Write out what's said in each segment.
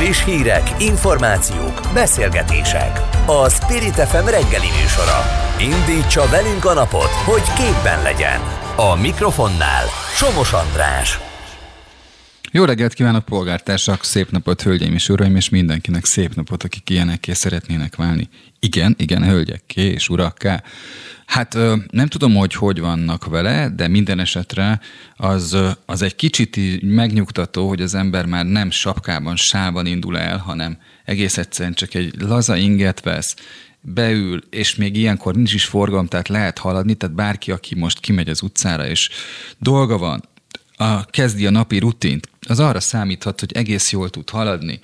Friss hírek, információk, beszélgetések. A Spirit FM reggeli műsora. Indítsa velünk a napot, hogy képben legyen. A mikrofonnál Somos András. Jó reggelt kívánok, polgártársak! Szép napot, hölgyeim és uraim, és mindenkinek szép napot, akik ilyenekké szeretnének válni. Igen, hölgyekké és urakká. Hát nem tudom, hogy vannak vele, de minden esetre az egy kicsit megnyugtató, hogy az ember már nem sapkában, sálban indul el, hanem egész egyszerűen csak egy laza inget vesz, beül, és még ilyenkor nincs is forgalom, tehát lehet haladni, tehát bárki, aki most kimegy az utcára, és dolga van, kezdi a napi rutint, az arra számíthat, hogy egész jól tud haladni.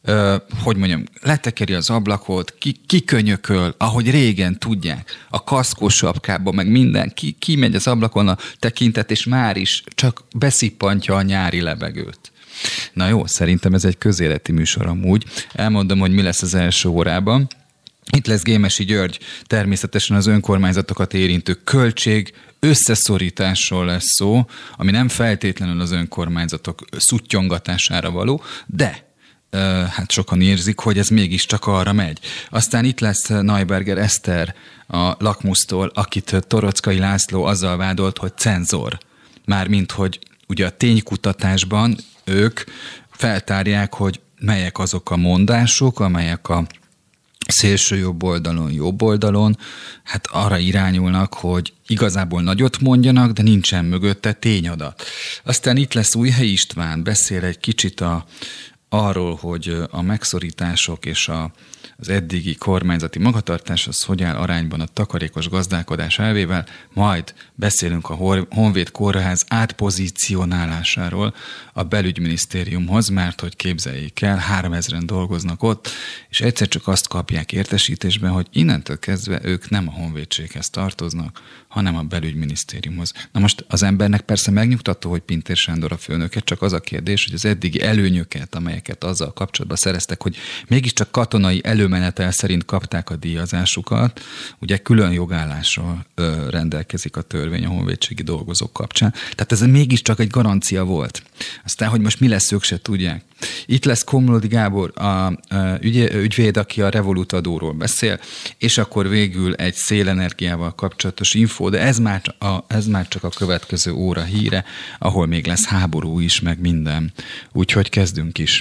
Letekeri az ablakot, kikönyököl, ahogy régen tudják, a kaszkos sapkában, meg minden, kimegy az ablakon a tekintet, és már is csak beszippantja a nyári levegőt. Na jó, szerintem ez egy közéleti műsor amúgy. Elmondom, hogy mi lesz az első órában. Itt lesz Gémesi György, természetesen az önkormányzatokat érintő költség összeszorításról lesz szó, ami nem feltétlenül az önkormányzatok szuttyongatására való, de hát sokan érzik, hogy ez mégiscsak arra megy. Aztán itt lesz Neuberger Eszter a Lakmusztól, akit Torockai László azzal vádolt, hogy cenzor. Mármint, hogy ugye a ténykutatásban ők feltárják, hogy melyek azok a mondások, amelyek a szélső jobb oldalon, hát arra irányulnak, hogy igazából nagyot mondjanak, de nincsen mögötte tényadat. Aztán itt lesz Újhelyi István, beszél egy kicsit arról, hogy a megszorítások és az eddigi kormányzati magatartás az hogy áll arányban a takarékos gazdálkodás elvével, majd beszélünk a Honvéd Kórház átpozícionálásáról a belügyminisztériumhoz, mert hogy képzeljék el, 3000-en dolgoznak ott, és egyszer csak azt kapják értesítésben, hogy innentől kezdve ők nem a honvédséghez tartoznak, hanem a belügyminisztériumhoz. Na most az embernek persze megnyugtató, hogy Pintér Sándor a főnöke, csak az a kérdés, hogy az eddigi előnyöket, amelyeket azzal kapcsolatban szereztek, hogy mégiscsak katonai előmenetel szerint kapták a díjazásukat, ugye külön jogállással rendelkezik a törvény a honvédségi dolgozók kapcsán. Tehát ez mégiscsak egy garancia volt. Aztán, hogy most mi lesz, ők se tudják. Itt lesz Komlódi Gábor, ügyvéd, aki a Revolut adóról beszél, és akkor végül egy szélenergiával kapcsolatos info, de ez már csak a következő óra híre, ahol még lesz háború is, meg minden. Úgyhogy kezdünk is.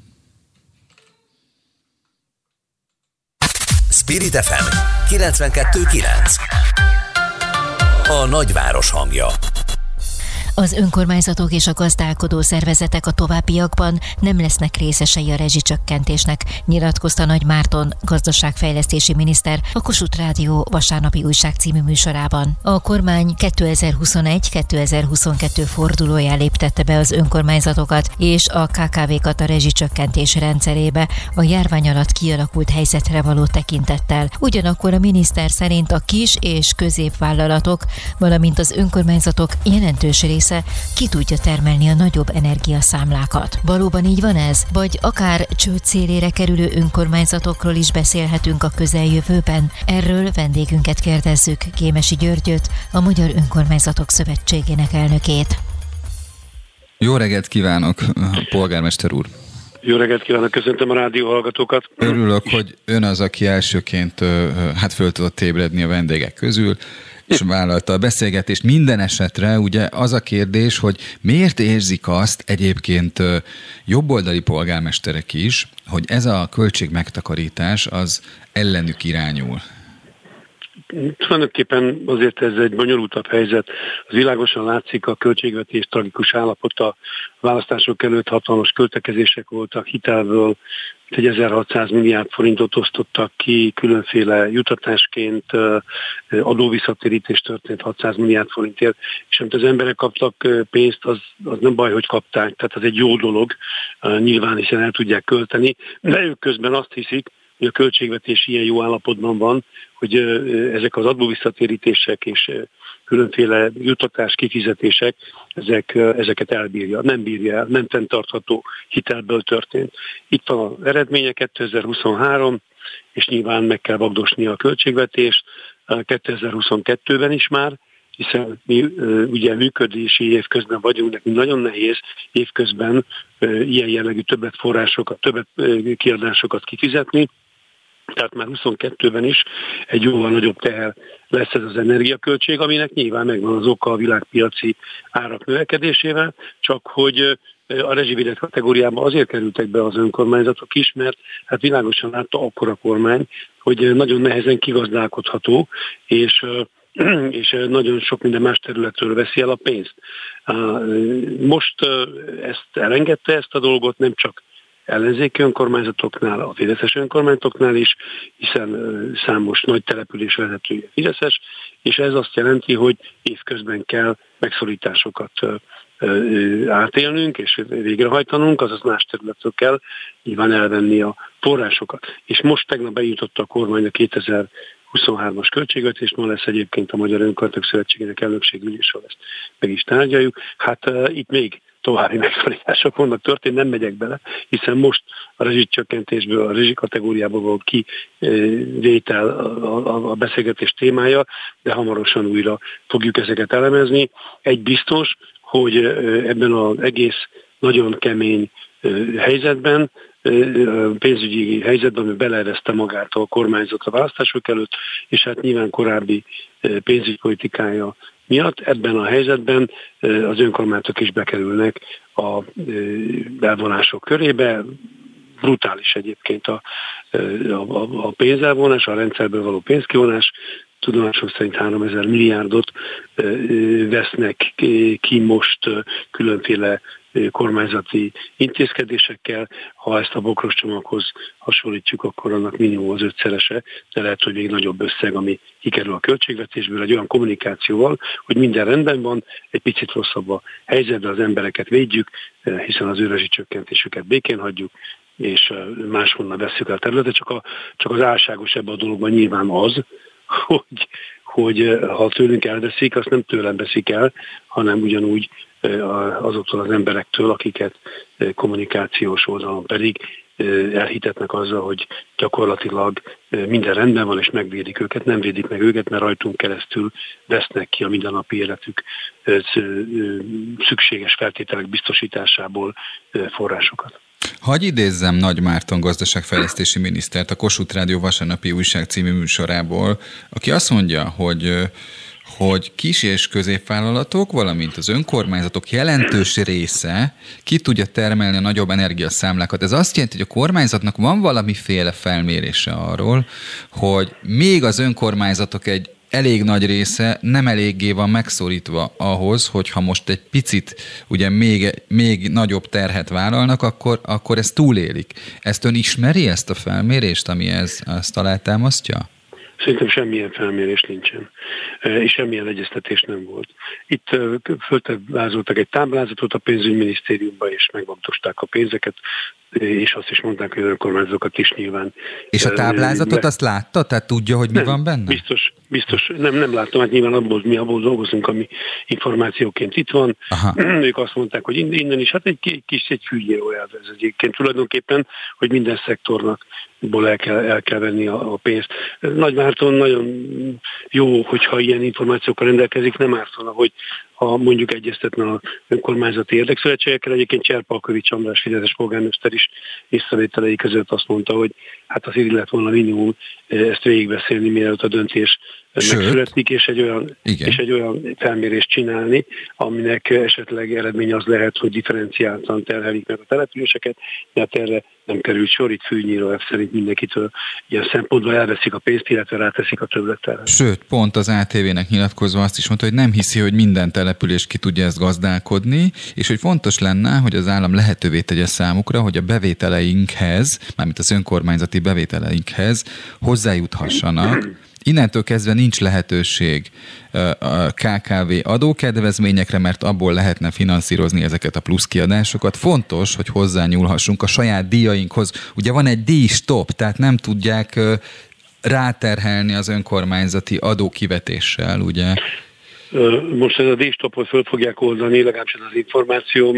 Spirit FM 92.9. A nagyváros hangja. Az önkormányzatok és a gazdálkodó szervezetek a továbbiakban nem lesznek részesei a rezsicsökkentésnek, nyilatkozta Nagy Márton, gazdaságfejlesztési miniszter a Kossuth Rádió vasárnapi újság című műsorában. A kormány 2021-2022 fordulóján léptette be az önkormányzatokat és a KKV-kat a rezsicsökkentés rendszerébe a járvány alatt kialakult helyzetre való tekintettel. Ugyanakkor a miniszter szerint a kis és középvállalatok, valamint az önkormányzatok jelentős része ki tudja termelni a nagyobb energiaszámlákat. Valóban így van ez? Vagy akár csőd szélére kerülő önkormányzatokról is beszélhetünk a közeljövőben? Erről vendégünket kérdezzük, Gémesi Györgyöt, a Magyar Önkormányzatok Szövetségének elnökét. Jó reggelt kívánok, polgármester úr! Jó reggelt kívánok, köszöntöm a rádió hallgatókat. Örülök, hogy ön az, aki elsőként föl tudott ébredni a vendégek közül, és vállalta a beszélgetést. Minden esetre ugye az a kérdés, hogy miért érzik azt egyébként jobboldali polgármesterek is, hogy ez a költségmegtakarítás az ellenük irányul? Tulajdonképpen azért ez egy bonyolultabb helyzet. Az világosan látszik a költségvetés tragikus állapota. Választások előtt hatalmas költekezések voltak, hitelből 1600 milliárd forintot osztottak ki, különféle jutatásként, adóvisszatérítés történt 600 milliárd forintért, és amit az emberek kaptak pénzt, az nem baj, hogy kapták, tehát az egy jó dolog, nyilván hiszen el tudják költeni, de ők közben azt hiszik, hogy a költségvetés ilyen jó állapotban van, hogy ezek az adóvisszatérítések és különféle juttatás kifizetések, ezeket elbírja. Nem bírja el, nem fenntartható, hitelből történt. Itt van az eredménye 2023, és nyilván meg kell vagdosni a költségvetést 2022-ben is már, hiszen mi ugye működési év közben vagyunk, nekünk nagyon nehéz évközben ilyen jellegű többletforrásokat, többlet kiadásokat kifizetni, tehát már 22-ben is egy jóval nagyobb teher lesz ez az energiaköltség, aminek nyilván megvan az oka a világpiaci árak növekedésével, csak hogy a rezsivédett kategóriában azért kerültek be az önkormányzatok is, mert hát világosan látta akkora kormány, hogy nagyon nehezen kigazdálkodható, és nagyon sok minden más területről veszi el a pénzt. Most ezt elengedte ezt a dolgot, nem csak ellenzéki önkormányzatoknál, a fideszes önkormányzatoknál is, hiszen számos nagy település vezetője fideszes, és ez azt jelenti, hogy évközben kell megszorításokat átélnünk és végrehajtanunk, azaz más területről kell nyilván elvenni a forrásokat. És most tegnap bejutott a kormány a 2023-as költségvetés, ma lesz egyébként a Magyar Önkormányzatok Szövetségének elnökségülésről, ezt meg is tárgyaljuk. Hát itt még további megszorítások vannak történni, nem megyek bele, hiszen most a rezsicsökkentésből, a rezsikategóriából való kivétel a beszélgetés témája, de hamarosan újra fogjuk ezeket elemezni. Egy biztos, hogy ebben az egész nagyon kemény helyzetben, pénzügyi helyzetben, ami beleereszte magát a kormányzat a választások előtt, és hát nyilván korábbi pénzügypolitikája miatt ebben a helyzetben az önkormányzatok is bekerülnek a belvonások körébe. Brutális egyébként a pénzelvonás, a rendszerből való pénzkivonás. Tudomások szerint 3000 milliárdot vesznek ki most különféle kormányzati intézkedésekkel. Ha ezt a bokros csomaghoz hasonlítjuk, akkor annak minimum az 5-szerese, de lehet, hogy még nagyobb összeg, ami kikerül a költségvetésből, egy olyan kommunikációval, hogy minden rendben van, egy picit rosszabb a helyzet, de az embereket védjük, hiszen az ő rezsicsökkentésüket békén hagyjuk, és máshonnan vesszük el a területet, csak az álságos ebben a dologban nyilván az, hogy ha tőlünk elveszik, azt nem tőlem veszik el, hanem ugyanúgy azoktól az emberektől, akiket kommunikációs oldalon pedig elhitetnek azzal, hogy gyakorlatilag minden rendben van, és megvédik őket, nem védik meg őket, mert rajtunk keresztül vesznek ki a mindennapi életük szükséges feltételek biztosításából forrásokat. Hagy idézzem Nagy Márton gazdaságfejlesztési minisztert a Kossuth Rádió vasárnapi újság című műsorából, aki azt mondja, hogy kis- és középvállalatok, valamint az önkormányzatok jelentős része ki tudja termelni a nagyobb energiaszámlákat. Ez azt jelenti, hogy a kormányzatnak van valamiféle felmérése arról, hogy még az önkormányzatok egy elég nagy része nem eléggé van megszorítva ahhoz, hogyha most egy picit ugye még nagyobb terhet vállalnak, akkor ezt túlélik. Ezt ön ismeri, ezt a felmérést, ami ezt alátámasztja? Szerintem semmilyen felmérés nincsen, és semmilyen egyeztetés nem volt. Itt fölvázoltak egy táblázatot a pénzügyminisztériumba, és megvagdosták a pénzeket, és azt is mondták, hogy az önkormányzatokat is nyilván. És a táblázatot azt látta? Tehát tudja, hogy mi van benne? Biztos. Nem láttam, hát nyilván abból dolgozunk, ami információként itt van. Aha. Ők azt mondták, hogy innen is, hát egy fűnyíró elv ez egyébként tulajdonképpen, hogy minden szektornak el kell venni a pénzt. Nagy Márton nagyon jó, hogyha ilyen információkkal rendelkezik, nem ártana, hogy ha mondjuk egyeztetne az önkormányzati érdekszövetségekkel. Egyébként Cserpalkovics András fideszes polgármester is észrevételei között azt mondta, hogy hát az illet volna minimum ezt végigbeszélni, mielőtt a döntés megszületik, és egy olyan felmérést csinálni, aminek esetleg eredmény az lehet, hogy differenciáltan terhelik meg a településeket, de hát erre nem került sor, itt fűnyíró elv szerint mindenkitől ilyen szempontból elveszik a pénzt, illetve ráteszik a többletterhet. Sőt, pont az ATV-nek nyilatkozva azt is mondta, hogy nem hiszi, hogy minden település ki tudja ezt gazdálkodni, és hogy fontos lenne, hogy az állam lehetővé tegye számukra, hogy a bevételeinkhez, mármint az önkormányzati bevételeinkhez hozzájuthassanak. Innentől kezdve nincs lehetőség a KKV adókedvezményekre, mert abból lehetne finanszírozni ezeket a pluszkiadásokat. Fontos, hogy hozzányúlhassunk a saját díjainkhoz. Ugye van egy díjstop, tehát nem tudják ráterhelni az önkormányzati adókivetéssel, ugye? Most ez a díjstopot föl fogják oldani, legalábbis az információm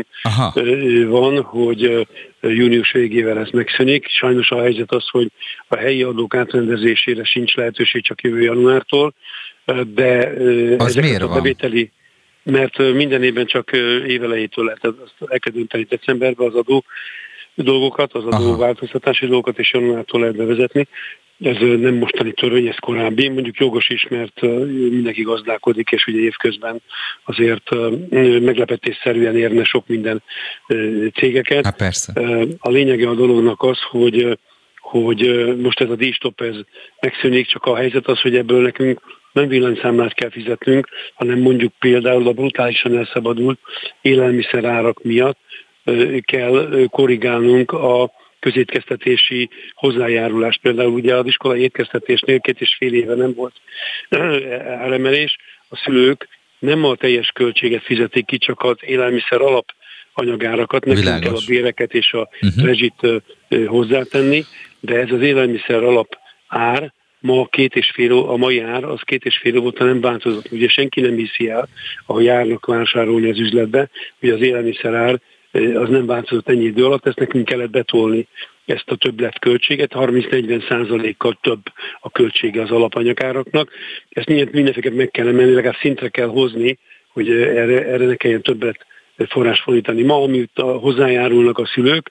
van, hogy június végével ez megszűnik. Sajnos a helyzet az, hogy a helyi adók átrendezésére sincs lehetőség csak jövő januártól. de az miért van? Bevételi, mert minden évben csak évelejétől lehet azt el kell dönteni decemberben az adó dolgokat, az adóváltoztatási dolgokat, és januártól lehet bevezetni. Ez nem mostani törvény, ez korábbi, mondjuk jogos is, mert mindenki gazdálkodik, és ugye évközben azért meglepetésszerűen érne sok minden cégeket. Hát persze. A lényege a dolognak az, hogy most ez a díjstop ez megszűnik, csak a helyzet az, hogy ebből nekünk nem villanyszámlát kell fizetnünk, hanem mondjuk például a brutálisan elszabadult élelmiszerárak miatt kell korrigálnunk a közétkeztetési hozzájárulást. Például ugye az iskolai étkeztetésnél 2,5 éve nem volt áremelés. A szülők nem a teljes költséget fizetik ki, csak az élelmiszer alap anyagárakat, nekünk kell a béreket és a rezsit hozzátenni, de ez az élelmiszer alap ár, a mai ár az 2,5 év óta nem változott. Ugye senki nem hiszi el, ahogy járnak vásárolni az üzletbe, hogy az élelmiszer ár az nem változott ennyi idő alatt, ezt nekünk kellett betolni, ezt a többletköltséget, 30-40%-kal több a költsége az alapanyagáraknak. Ezt mindenféleképpen meg kell emelni, legalább szintre kell hozni, hogy erre ne kelljen többet forrás fordítani. Ma, amit hozzájárulnak a szülők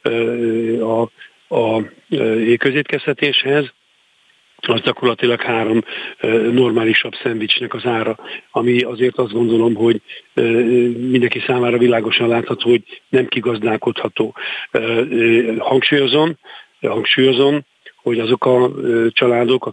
a közétkeztetéshez, az gyakorlatilag 3 normálisabb szendvicsnek az ára, ami azért azt gondolom, hogy mindenki számára világosan látható, hogy nem kigazdálkodható. Hangsúlyozom, hogy azok a családok,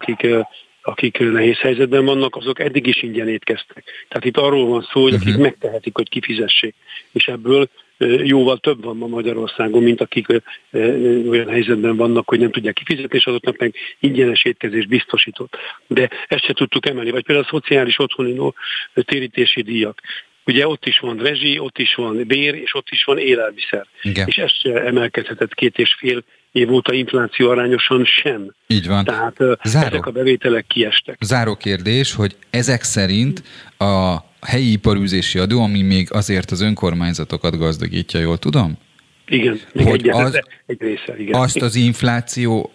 akik nehéz helyzetben vannak, azok eddig is ingyen étkeztek. Tehát itt arról van szó, hogy akik megtehetik, hogy kifizessék. És ebből jóval több van ma Magyarországon, mint akik olyan helyzetben vannak, hogy nem tudják kifizetni, és azoknak meg ingyenes étkezés biztosított. De ezt se tudtuk emelni. Vagy például a szociális otthoni térítési díjak. Ugye ott is van rezsi, ott is van bér, és ott is van élelmiszer. Igen. És ez se emelkedhetett 2,5 év óta infláció arányosan sem. Így van. Tehát ezek a bevételek kiestek. Záró kérdés, hogy ezek szerint a helyi iparűzési adó, ami még azért az önkormányzatokat gazdagítja, jól tudom? Igen, még egy része. Igen. Azt az infláció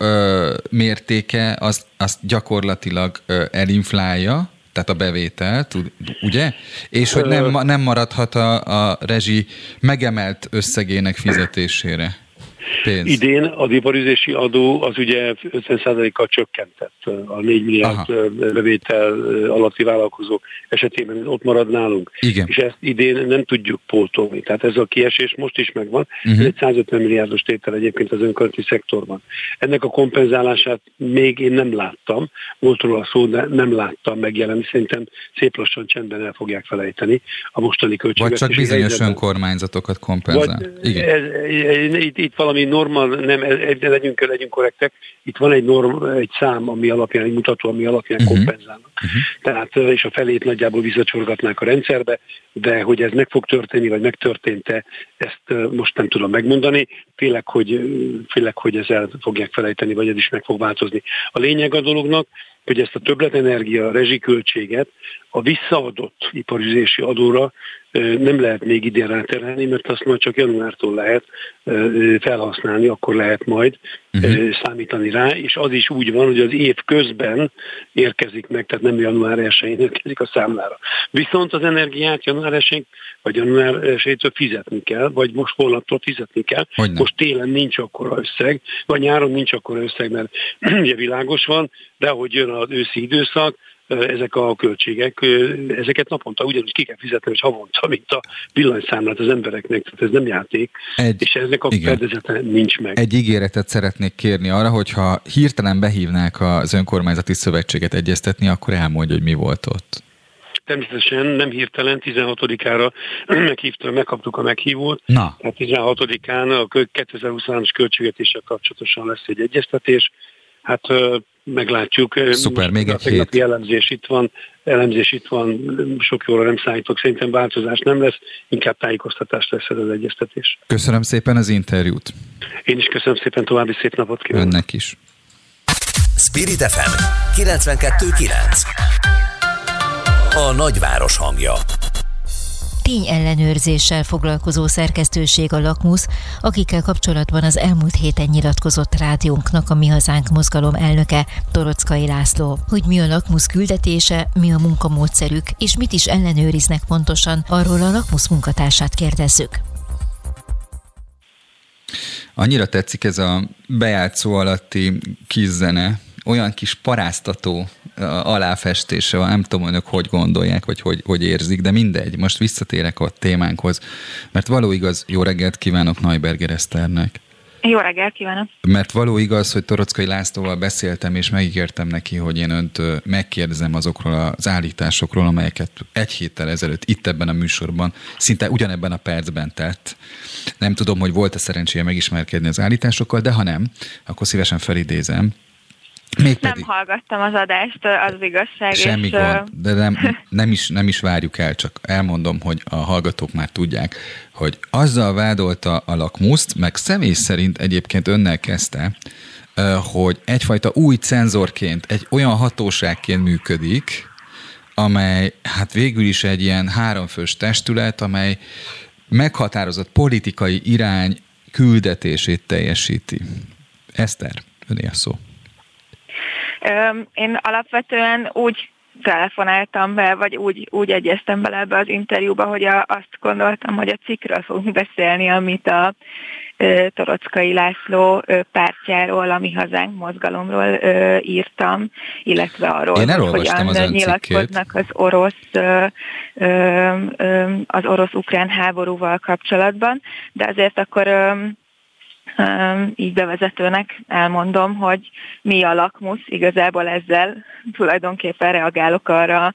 mértéke, azt gyakorlatilag elinflálja, tehát a bevétel, ugye? És hogy nem maradhat a rezsi megemelt összegének fizetésére pénz. Idén az iparűzési adó az ugye 50%-kal csökkentett a 4 milliárd bevétel alatti vállalkozók esetében, ott marad nálunk. Igen. És ezt idén nem tudjuk pótolni. Tehát ez a kiesés most is megvan. Ez egy 150 milliárdos tétel egyébként az önkormányzati szektorban. Ennek a kompenzálását még én nem láttam. Volt róla szó, de nem láttam megjelenni. Szerintem szép lassan csendben el fogják felejteni a mostani költségvetési vagy csak bizonyos önkormányzatokat kompenzál. Igen. Itt valami norma, nem, legyünk korrektek, itt van egy szám, ami alapján, egy mutató, ami alapján kompenzálnak. Tehát, és a felét nagyjából visszacsorgatnák a rendszerbe, de hogy ez meg fog történni, vagy megtörtént-e, ezt most nem tudom megmondani. Félek, hogy ezzel fogják felejteni, vagy ez is meg fog változni. A lényeg a dolognak, hogy ezt a többletenergia rezsiköltséget a visszaadott iparüzési adóra nem lehet még idén ráterhelni, mert azt majd csak januártól lehet felhasználni, akkor lehet majd számítani rá, és az is úgy van, hogy az év közben érkezik meg, tehát nem január 1-én érkezik a számlára. Viszont az energiát január 1-én vagy január 1-től fizetni kell, vagy most holnaptól fizetni kell. Hogyne. Most télen nincs akkora összeg, vagy nyáron nincs akkora összeg, mert ugye világos van, de ahogy jön az őszi időszak, ezek a költségek, ezeket naponta ugyanúgy ki kell fizetni, hogy havonta, mint a villanyszámlát az embereknek, tehát ez nem játék, és ezek a fedezete nincs meg. Egy ígéretet szeretnék kérni arra, hogyha hirtelen behívnák az önkormányzati szövetséget egyeztetni, akkor elmondja, hogy mi volt ott. Természetesen nem hirtelen, 16-ára megkaptuk a meghívót. Na. Tehát 16-án a 2023-as költségvetéssel kapcsolatosan lesz egy egyeztetés. Hát meglátjuk. Szuper, még egy hét. Elemzés itt van, sok jóra nem számítok, szerintem változás nem lesz, inkább tájékoztatás lesz ez az egyeztetés. Köszönöm szépen az interjút. Én is köszönöm szépen, további szép napot kívánok. Önnek is. Spirit FM 92.9. A nagyváros hangja. tényellenőrzéssel foglalkozó szerkesztőség a Lakmusz, akikkel kapcsolatban az elmúlt héten nyilatkozott rádiónknak a Mi Hazánk mozgalom elnöke, Toroczkai László. Hogy mi a Lakmusz küldetése, mi a munkamódszerük, és mit is ellenőriznek pontosan, arról a Lakmusz munkatársát kérdezzük. Annyira tetszik ez a bejátszó alatti kis zene, olyan kis paráztató aláfestése van, nem tudom, önök hogy gondolják, vagy hogy érzik, de mindegy. Most visszatérek a témánkhoz, mert való igaz, jó reggelt kívánok Neuberger Eszternek. Jó reggelt kívánok! Mert való igaz, hogy Toroczkai Lászlóval beszéltem, és megígértem neki, hogy én önt megkérdezem azokról az állításokról, amelyeket egy héttel ezelőtt itt ebben a műsorban, szinte ugyanebben a percben tett. Nem tudom, hogy volt-e szerencséje megismerkedni az állításokkal, de ha nem, akkor szívesen felidézem. Nem hallgattam az adást, az igazság. Semmi gond, de nem is várjuk el, csak elmondom, hogy a hallgatók már tudják, hogy azzal vádolta a Lakmuszt, meg személy szerint egyébként önnel kezdte, hogy egyfajta új cenzorként, egy olyan hatóságként működik, amely hát végül is egy ilyen háromfős testület, amely meghatározott politikai irány küldetését teljesíti. Eszter, öné a szó. Én alapvetően úgy telefonáltam be, vagy úgy egyeztem bele ebbe az interjúba, hogy azt gondoltam, hogy a cikkről fogunk beszélni, amit a Toroczkai László pártjáról, a Mi Hazánk mozgalomról írtam, illetve arról, hogy hogyan nyilatkoznak az orosz-ukrán háborúval kapcsolatban, de azért akkor így bevezetőnek elmondom, hogy mi a Lakmusz, igazából ezzel tulajdonképpen reagálok arra,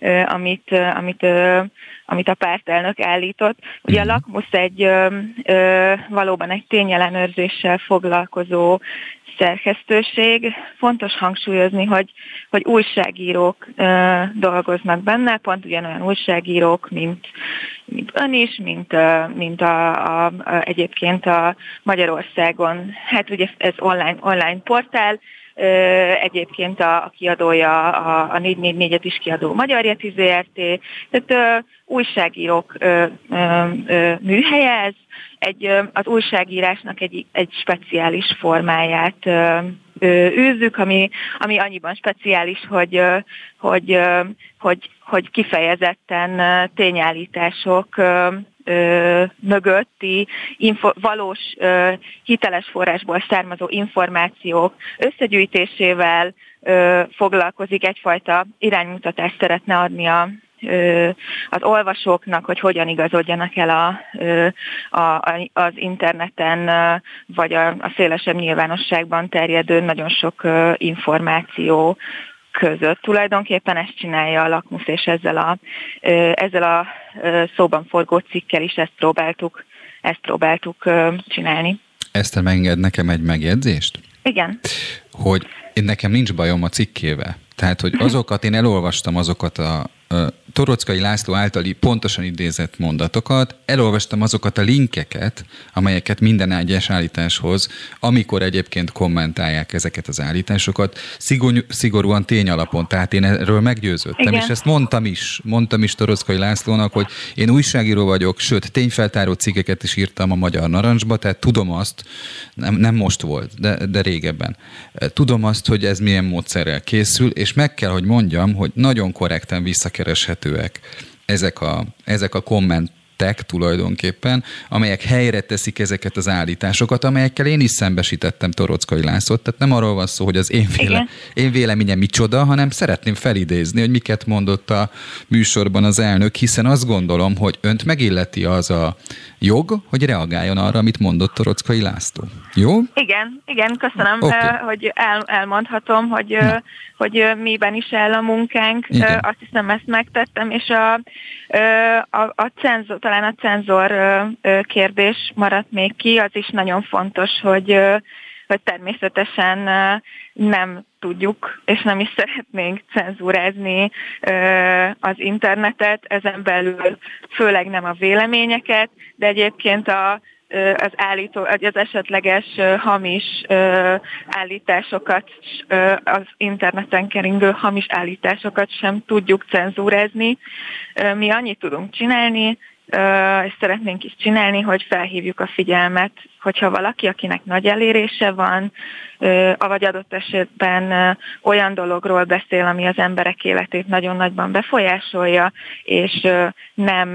amit a pártelnök állított. Ugye a Lakmusz valóban egy tényellenőrzéssel foglalkozó szerkesztőség. Fontos hangsúlyozni, hogy újságírók dolgoznak benne, pont ugyanolyan újságírók, mint ön is, mint egyébként a Magyarországon. Hát ugye ez online portál, egyébként a kiadója a 444-et is kiadó Magyar Yeti Zrt. Tehát újságírók műhelye ez, az újságírásnak egy speciális formáját űzzük, ami annyiban speciális, hogy kifejezetten tényállítások mögötti valós hiteles forrásból származó információk összegyűjtésével foglalkozik, egyfajta iránymutatást szeretne adni az olvasóknak, hogy hogyan igazodjanak el az interneten, vagy a szélesebb nyilvánosságban terjedő nagyon sok információ között. Tulajdonképpen ezt csinálja a Lakmusz, és ezzel a szóban forgó cikkel is ezt próbáltuk csinálni. Eszter, megenged nekem egy megjegyzést? Igen. Hogy nekem nincs bajom a cikkével. Tehát, hogy én elolvastam azokat a Toroczkai László általi pontosan idézett mondatokat, elolvastam azokat a linkeket, amelyeket minden egyes állításhoz, amikor egyébként kommentálják ezeket az állításokat, szigorúan tényalapon, tehát én erről meggyőződtem, igen. És ezt mondtam is Toroczkai Lászlónak, hogy én újságíró vagyok, sőt, tényfeltáró cikkeket is írtam a Magyar Narancsba, tehát tudom azt, nem most volt, de régebben, tudom azt, hogy ez milyen módszerrel készül, és meg kell, hogy mondjam, hogy nagyon korrekten visszakereshetőek ezek a kommentek tulajdonképpen, amelyek helyre teszik ezeket az állításokat, amelyekkel én is szembesítettem Toroczkai Lászlót. Tehát nem arról van szó, hogy az én véleményem micsoda, hanem szeretném felidézni, hogy miket mondott a műsorban az elnök, hiszen azt gondolom, hogy önt megilleti az a jog, hogy reagáljon arra, amit mondott Toroczkai László. Jó? Igen, köszönöm, hogy elmondhatom, hogy miben is áll a munkánk. Igen. Azt hiszem, ezt megtettem, és talán a cenzor kérdés maradt még ki, az is nagyon fontos, hogy természetesen nem tudjuk, és nem is szeretnénk cenzúrázni az internetet, ezen belül főleg nem a véleményeket, de egyébként az esetleges hamis állításokat, az interneten keringő hamis állításokat sem tudjuk cenzúrázni. Mi annyit tudunk csinálni, és szeretnénk is csinálni, hogy felhívjuk a figyelmet, hogyha valaki, akinek nagy elérése van, vagy adott esetben olyan dologról beszél, ami az emberek életét nagyon nagyban befolyásolja, és nem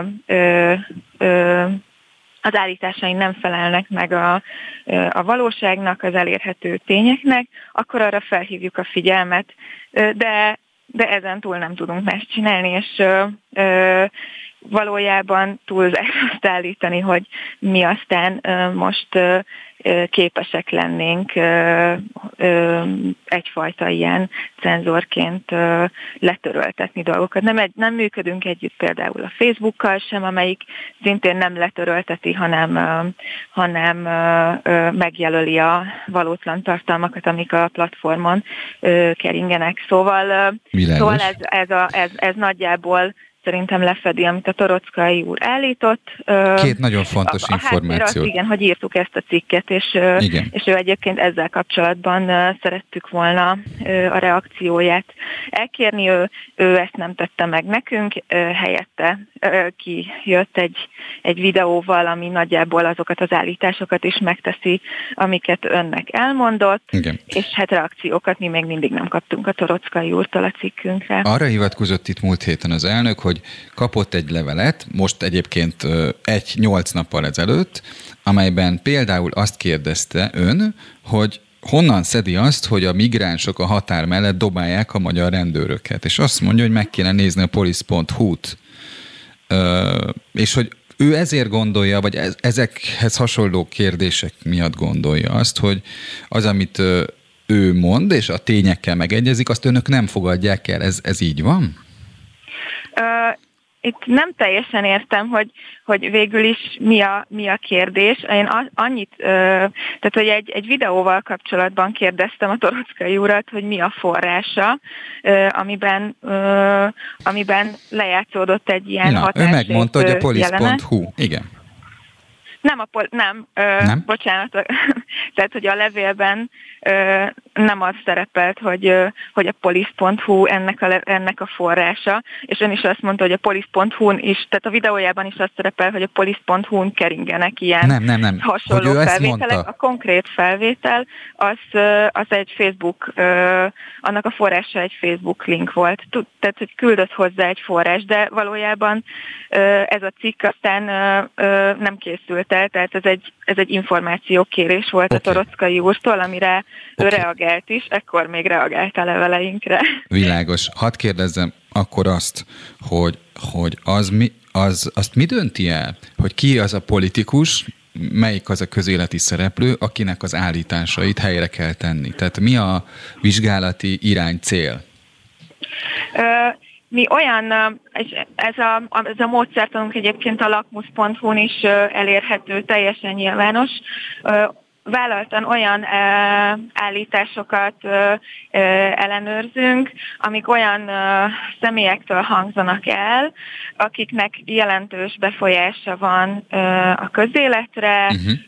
az állításai nem felelnek meg a valóságnak, az elérhető tényeknek, akkor arra felhívjuk a figyelmet, de ezen túl nem tudunk más csinálni, és valójában túlzás azt állítani, hogy mi aztán most képesek lennénk egyfajta ilyen cenzorként letöröltetni dolgokat. Nem működünk együtt például a Facebookkal sem, amelyik szintén nem letörölteti, hanem megjelöli a valótlan tartalmakat, amik a platformon keringenek. Szóval ez nagyjából szerintem lefedi, amit a Torockai úr állított. Két nagyon fontos információ. Igen, hogy írtuk ezt a cikket, és ő egyébként ezzel kapcsolatban szerettük volna a reakcióját elkérni. Ő ezt nem tette meg nekünk, helyette kijött egy videóval, ami nagyjából azokat az állításokat is megteszi, amiket önnek elmondott, igen. És hát reakciókat mi még mindig nem kaptunk a Torockai úrtól a cikkünkre. Arra hivatkozott itt múlt héten az elnök, hogy kapott egy levelet, most egyébként 8 nappal ezelőtt, amelyben például azt kérdezte ön, hogy honnan szedi azt, hogy a migránsok a határ mellett dobálják a magyar rendőröket. És azt mondja, hogy meg kéne nézni a police.hu-t. És hogy ő ezért gondolja, vagy ezekhez hasonló kérdések miatt gondolja azt, hogy az, amit ő mond, és a tényekkel megegyezik, azt önök nem fogadják el. Ez így van? Itt nem teljesen értem, hogy végül is mi a kérdés. Én annyit, tehát hogy egy videóval kapcsolatban kérdeztem a Torockai urat, hogy mi a forrása, amiben lejátszódott egy ilyen hatásért. Ő megmondta, hogy a police.hu. Igen. Nem, bocsánat, tehát hogy a levélben nem az szerepelt, hogy a police.hu ennek a forrása, és ön is azt mondta, hogy a police.hu-n is, tehát a videójában is azt szerepel, hogy a police.hu-n keringenek ilyen nem. hasonló felvételek. A konkrét felvétel az egy Facebook, annak a forrása egy Facebook link volt, tehát hogy küldött hozzá egy forrás, de valójában ez a cikk aztán nem készült el, tehát ez egy információkérés volt a Torockai úrtól, amire ő reagált is, ekkor még reagált a leveleinkre. Világos. Hadd kérdezzem akkor azt, hogy azt mi dönti el, hogy ki az a politikus, melyik az a közéleti szereplő, akinek az állításait helyre kell tenni? Tehát mi a vizsgálati irány cél? Mi olyan, ez a módszertanunk egyébként a lakmus.hu-n is elérhető, teljesen nyilvános, vállaltan olyan állításokat ellenőrzünk, amik olyan személyektől hangzanak el, akiknek jelentős befolyása van a közéletre,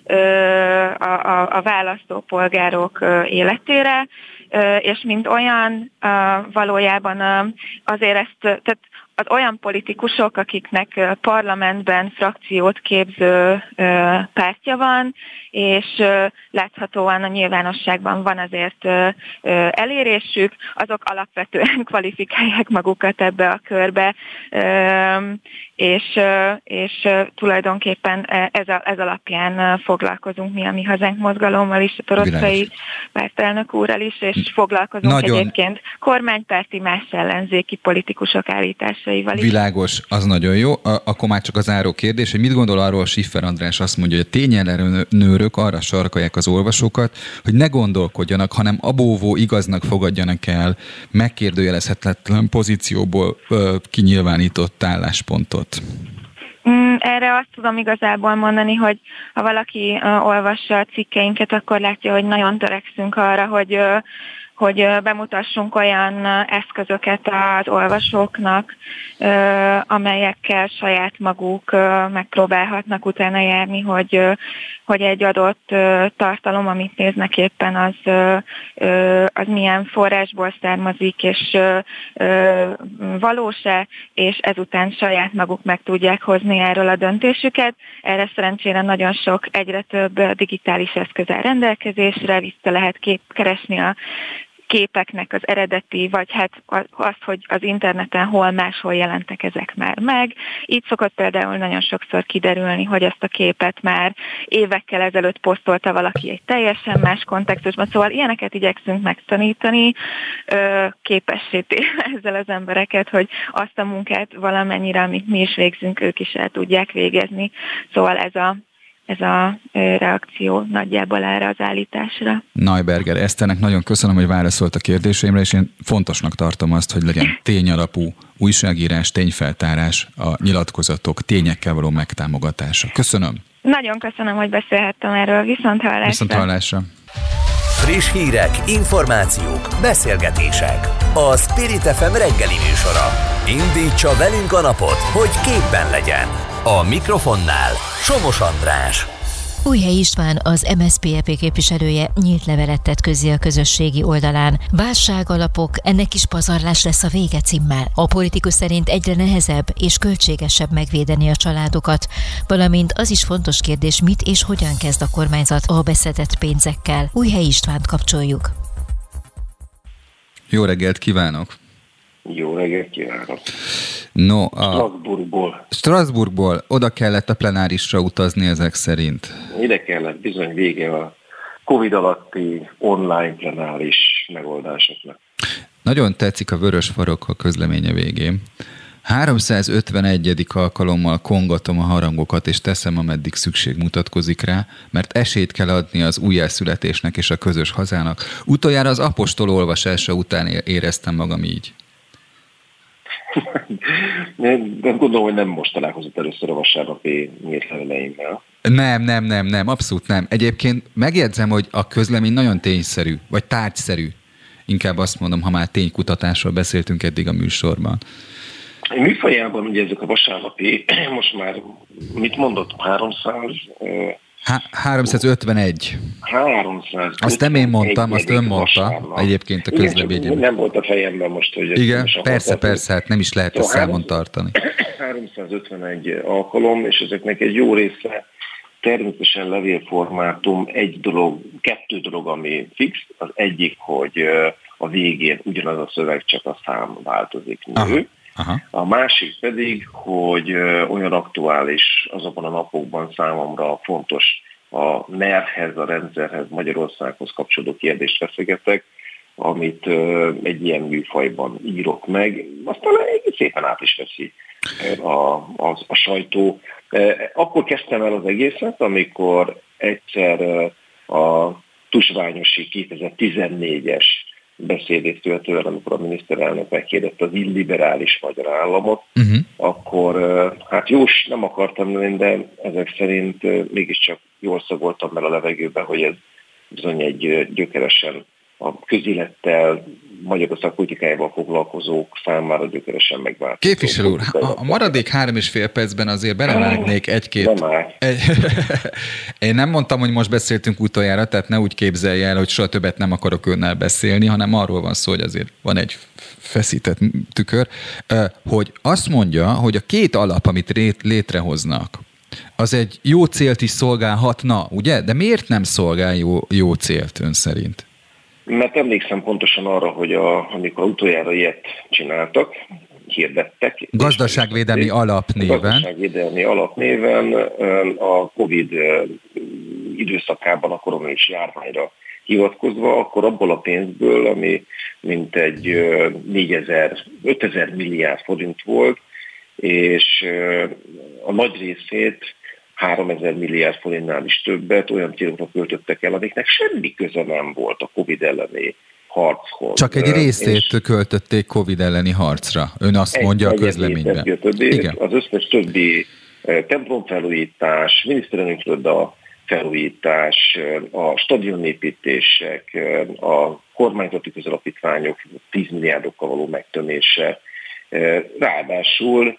a választópolgárok életére, és mint olyan valójában azért ezt, tehát az olyan politikusok, akiknek parlamentben frakciót képző pártja van, és láthatóan a nyilvánosságban van azért elérésük, azok alapvetően kvalifikálják magukat ebbe a körbe, és tulajdonképpen ez alapján foglalkozunk mi a Mi Hazánk mozgalommal is, a Torockai pártelnök úrral is, és foglalkozunk egyébként kormánypárti más ellenzéki politikusok állításaival is. Világos, az nagyon jó. Akkor már csak az záró kérdés, hogy mit gondol arról Schiffer András azt mondja, hogy a tényellenőrök arra sarkalják az olvasókat, hogy ne gondolkodjanak, hanem abóvó igaznak fogadjanak el megkérdőjelezhetetlen pozícióból kinyilvánított álláspontot. Erre azt tudom igazából mondani, hogy ha valaki olvassa a cikkeinket, akkor látja, hogy nagyon törekszünk arra, hogy bemutassunk olyan eszközöket az olvasóknak, amelyekkel saját maguk megpróbálhatnak utána járni, hogy egy adott tartalom, amit néznek éppen, az milyen forrásból származik, és valós-e, és ezután saját maguk meg tudják hozni erről a döntésüket. Erre szerencsére nagyon sok, egyre több digitális eszköz áll rendelkezésre, vissza lehet keresni a képeknek az eredeti, vagy hát az, hogy az interneten hol máshol jelentek ezek már meg. Így szokott például nagyon sokszor kiderülni, hogy ezt a képet már évekkel ezelőtt posztolta valaki egy teljesen más kontextusban. Szóval ilyeneket igyekszünk megtanítani, képessé téve ezzel az embereket, hogy azt a munkát valamennyire, amit mi is végzünk, ők is el tudják végezni. Szóval ez a reakció nagyjából erre az állításra. Neuberger Eszternek nagyon köszönöm, hogy válaszolt a kérdéseimre, és én fontosnak tartom azt, hogy legyen tényalapú újságírás, tényfeltárás, a nyilatkozatok tényekkel való megtámogatása. Köszönöm. Nagyon köszönöm, hogy beszélhettem erről. Viszonthallásra. Viszonthallásra. Friss hírek, információk, beszélgetések. A Spirit FM reggeli műsora. Indítsa velünk a napot, hogy képben legyen. A mikrofonnál Somos András. Újhelyi István, az MSZP képviselője nyílt levelet tett közzé a közösségi oldalán. Válságalapok, ennek is pazarlás lesz a vége címmel. A politikus szerint egyre nehezebb és költségesebb megvédeni a családokat, valamint az is fontos kérdés, mit és hogyan kezd a kormányzat a beszedett pénzekkel. Újhelyi Istvánt kapcsoljuk. Jó reggelt kívánok! Jó reggelt kívánok! No, Strasbourgból oda kellett a plenárisra utazni ezek szerint. Ide kellett, bizony, vége a Covid alatti online plenáris megoldásoknak. Nagyon tetszik a vörös farok a közleménye végén. 351. alkalommal kongatom a harangokat, és teszem, ameddig szükség mutatkozik rá, mert esélyt kell adni az újjászületésnek és a közös hazának. Utoljára az apostol olvasása után éreztem magam így. De gondolom, hogy nem most találkozott először a vasárnapi nyílt leveleimmel. Nem, abszolút nem. Egyébként megjegyzem, hogy a közlemény nagyon tényszerű, vagy tárgyszerű. Inkább azt mondom, ha már ténykutatásról beszéltünk eddig a műsorban. Műfajában ugye ezek a vasárnapi, most már mit mondott, 351. 351. Azt nem én mondtam, azt ön mondta egyébként a közleményben. Nem volt a fejemben most, hogy... Igen, persze, hát nem is lehet ezt számon tartani. 351 alkalom, és ezeknek egy jó része természetesen levélformátum, kettő dolog, ami fix. Az egyik, hogy a végén ugyanaz a szöveg, csak a szám változik nő. Aha. A másik pedig, hogy olyan aktuális azokban a napokban számomra fontos a NER-hez, a rendszerhez, Magyarországhoz kapcsolódó kérdést feszegetek, amit egy ilyen műfajban írok meg, aztán szépen át is veszi a sajtó. Akkor kezdtem el az egészet, amikor egyszer a tusványosi 2014-es beszédét követően, amikor a miniszterelnök megkérdezte az illiberális magyar államot, akkor hát jós nem akartam lenni, de ezek szerint mégiscsak jól szagoltam el a levegőbe, hogy ez bizony egy gyökeresen a közélettel, Magyarország politikájával foglalkozók számára gyökeresen megváltozó. Képviselő úr, a maradék 3,5 percben azért belevágnék egy-két... Én nem mondtam, hogy most beszéltünk utoljára, tehát ne úgy képzelje el, hogy soha többet nem akarok önnel beszélni, hanem arról van szó, hogy azért van egy feszített tükör, hogy azt mondja, hogy a két alap, amit létrehoznak, az egy jó célt is szolgálhatna, ugye? De miért nem szolgál jó célt ön szerint? Mert emlékszem pontosan arra, hogy amikor utoljára ilyet csináltak, hirdettek. Gazdaságvédelmi alapnéven a Covid időszakában a koronavírus járványra hivatkozva, akkor abból a pénzből, ami mintegy 5000 milliárd forint volt, és a nagy részét 3000 milliárd forintnál is többet olyan célokra költöttek el, amiknek semmi köze nem volt a Covid elleni harchoz. Csak egy részét költötték Covid elleni harcra. Ön azt mondja a közleményben. Igen. Az összes többi templomfelújítás, miniszterelnök iroda, felújítás, a stadionépítések, a kormányzati közalapítványok 10 milliárdokkal való megtömése. Ráadásul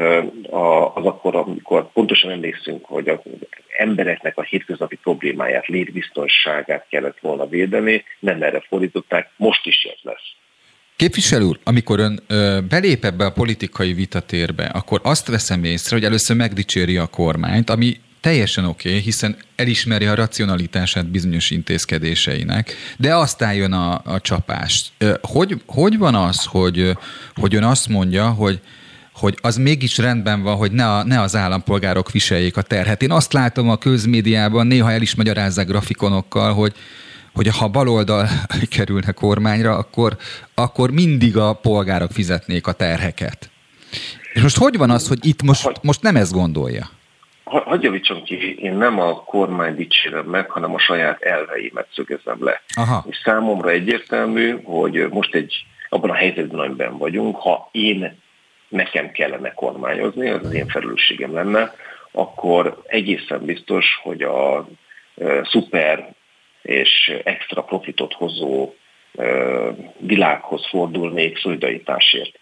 az akkor, amikor pontosan emlékszünk, hogy az embereknek a hétköznapi problémáját, létbiztonságát kellett volna védeni, nem erre fordították, most is ez lesz. Képviselő úr, amikor ön belép ebbe a politikai vitatérbe, akkor azt veszem észre, hogy először megdicséri a kormányt, ami teljesen oké, hiszen elismeri a racionalitását bizonyos intézkedéseinek, de aztán jön a csapás. Hogy van az, hogy ön azt mondja, hogy az mégis rendben van, hogy ne az állampolgárok viseljék a terhet. Én azt látom a közmédiában, néha el is magyarázzák grafikonokkal, hogy ha baloldal kerülne kormányra, akkor mindig a polgárok fizetnék a terheket. És most hogy van az, hogy itt most nem ezt gondolja? Hadd javítson ki, én nem a kormány dicsérem meg, hanem a saját elveimet szögezem le. Aha. És számomra egyértelmű, hogy most abban a helyzetben, amiben vagyunk, ha nekem kellene kormányozni, az én felelősségem lenne, akkor egészen biztos, hogy a szuper és extra profitot hozó világhoz fordulnék szolidaritásért.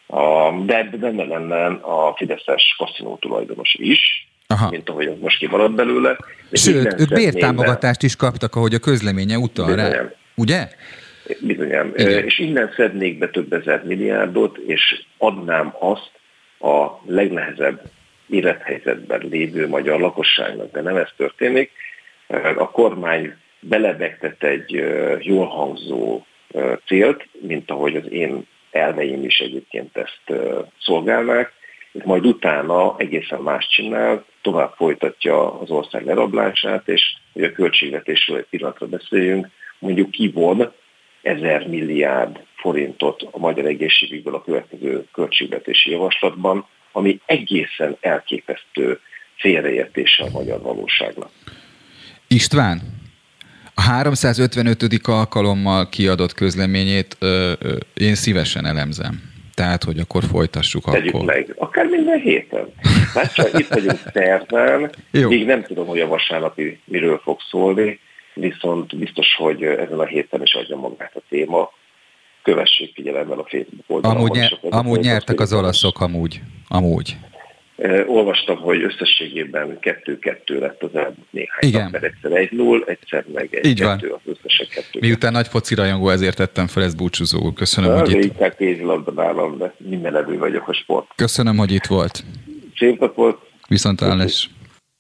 De benne lenne a fideszes kaszinó tulajdonos is, aha, mint ahogy az most kimaradt belőle. Sőt, ők bértámogatást is kaptak, ahogy a közleménye utal rá. Ugye? Bizonyám. És innen szednék be több ezer milliárdot, és adnám azt a legnehezebb élethelyzetben lévő magyar lakosságnak, de nem ez történik. A kormány belebegtett egy jól hangzó célt, mint ahogy az én elveim is egyébként ezt szolgálnák, majd utána egészen más csinál, tovább folytatja az ország lerablását, és hogy a költségvetésről egy pillanatra beszéljünk, mondjuk kivon 1000 milliárd forintot a magyar egészségügyből a következő költségvetési javaslatban, ami egészen elképesztő félreértése a magyar valóságnak. István, a 355. alkalommal kiadott közleményét én szívesen elemzem. Tehát, hogy akkor folytassuk. Tegyük akkor. Meg. Akár minden héten. Hát csak itt vagyunk szerdán, még nem tudom, hogy a vasárnapi miről fog szólni, viszont biztos, hogy ezen a héten is adja magát a téma. Kövessék figyelemmel a Facebook oldalon. Amúgy nyertek az olaszok, amúgy. Olvastam, hogy összességében 2-2 lett az elmúlt néhány nap, mert egyszer 1-0, egyszer meg 1-2, az összesen 2. Miután nagy foci rajongó, ezért tettem fel ezt búcsúzó úr. Köszönöm, hogy itt... Inkább kézilabda nálam, de minden evő vagyok a sport. Köszönöm, hogy itt volt. Szép nap volt. Viszontlátásra.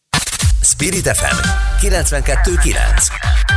Spirit FM 92.9.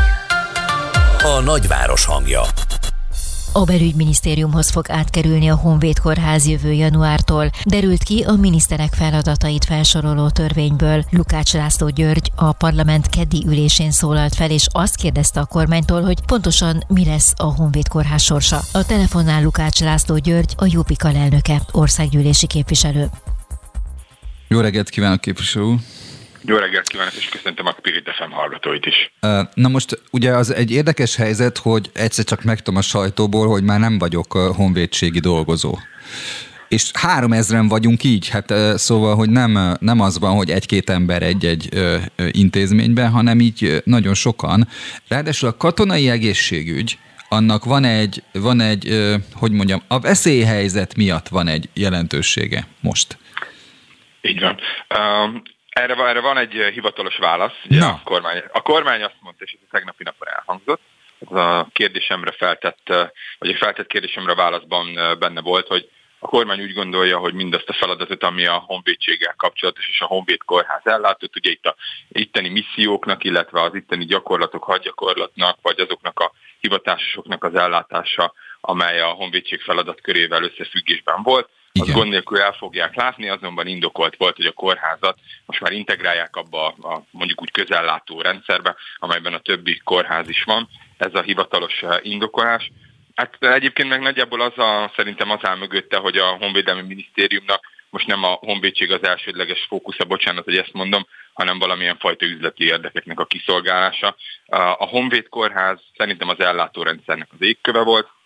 A nagyváros hangja. A belügyminisztériumhoz fog átkerülni a Honvéd Kórház jövő januártól, derült ki a miniszterek feladatait felsoroló törvényből. Lukács László György a parlament keddi ülésén szólalt fel, és azt kérdezte a kormánytól, hogy pontosan mi lesz a Honvéd Kórház sorsa. A telefonnál Lukács László György, a Jobbik alelnöke, országgyűlési képviselő. Jó reggelt kívánok, képviselő úr! Jó reggelt kívánok, és köszöntöm a Spirit FM hallgatóit is. Na most ugye az egy érdekes helyzet, hogy egyszer csak megtudom a sajtóból, hogy már nem vagyok honvédségi dolgozó. És 3000-en vagyunk így, hát szóval, hogy nem az van, hogy egy-két ember egy-egy intézményben, hanem így nagyon sokan. Ráadásul a katonai egészségügy, annak van egy, hogy mondjam, a veszélyhelyzet miatt van egy jelentősége most. Így van. Erre van egy hivatalos válasz. Ugye a kormány azt mondta, és ez a tegnapi napon elhangzott, ez a kérdésemre vagy a feltett kérdésemre a válaszban benne volt, hogy a kormány úgy gondolja, hogy mindazt a feladatot, ami a honvédséggel kapcsolatos, és a Honvéd Kórház ellátott, ugye itt a itteni misszióknak, illetve az itteni gyakorlatok, hadgyakorlatnak, vagy azoknak a hivatásosoknak az ellátása, amely a honvédség feladatkörével összefüggésben volt, azt gond nélkül el fogják látni, azonban indokolt volt, hogy a kórházat most már integrálják abba a mondjuk úgy közellátó rendszerbe, amelyben a többi kórház is van. Ez a hivatalos indokolás. Hát egyébként meg nagyjából szerintem az áll mögötte, hogy a Honvédelmi Minisztériumnak most nem a honvédség az elsődleges fókusza, bocsánat, hogy ezt mondom, hanem valamilyen fajta üzleti érdekeknek a kiszolgálása. A Honvéd Kórház szerintem az ellátórendszernek az égköve volt,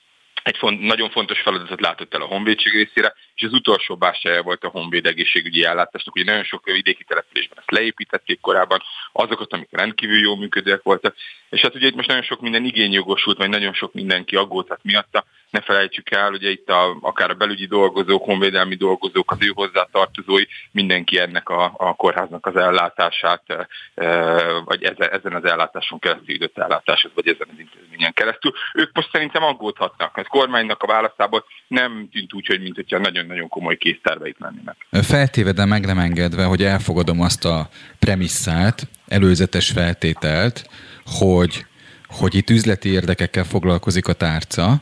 nagyon fontos feladatot látott el a honvédség részére, és az utolsó bástyája volt a honvéd egészségügyi ellátásnak. Ugye nagyon sok vidéki településben ezt leépítették korábban, azokat, amik rendkívül jól működőek voltak, és hát ugye itt most nagyon sok minden igényjogosult, vagy nagyon sok mindenki aggódhat miatta. Ne felejtsük el, ugye itt akár a belügyi dolgozók, honvédelmi dolgozók, az ő hozzátartozói, mindenki ennek a kórháznak az ellátását, vagy ezen az ellátáson keresztül jutott ellátáshoz, vagy ezen az intézményen keresztül. Ők most szerintem aggódhatnak. A kormánynak a válaszából nem tűnt úgy, hogy mint hogyha nagyon-nagyon komoly készterveik lennének. Feltéve, de meg nem engedve, hogy elfogadom azt a premisszát, előzetes feltételt, hogy itt üzleti érdekekkel foglalkozik a tárca,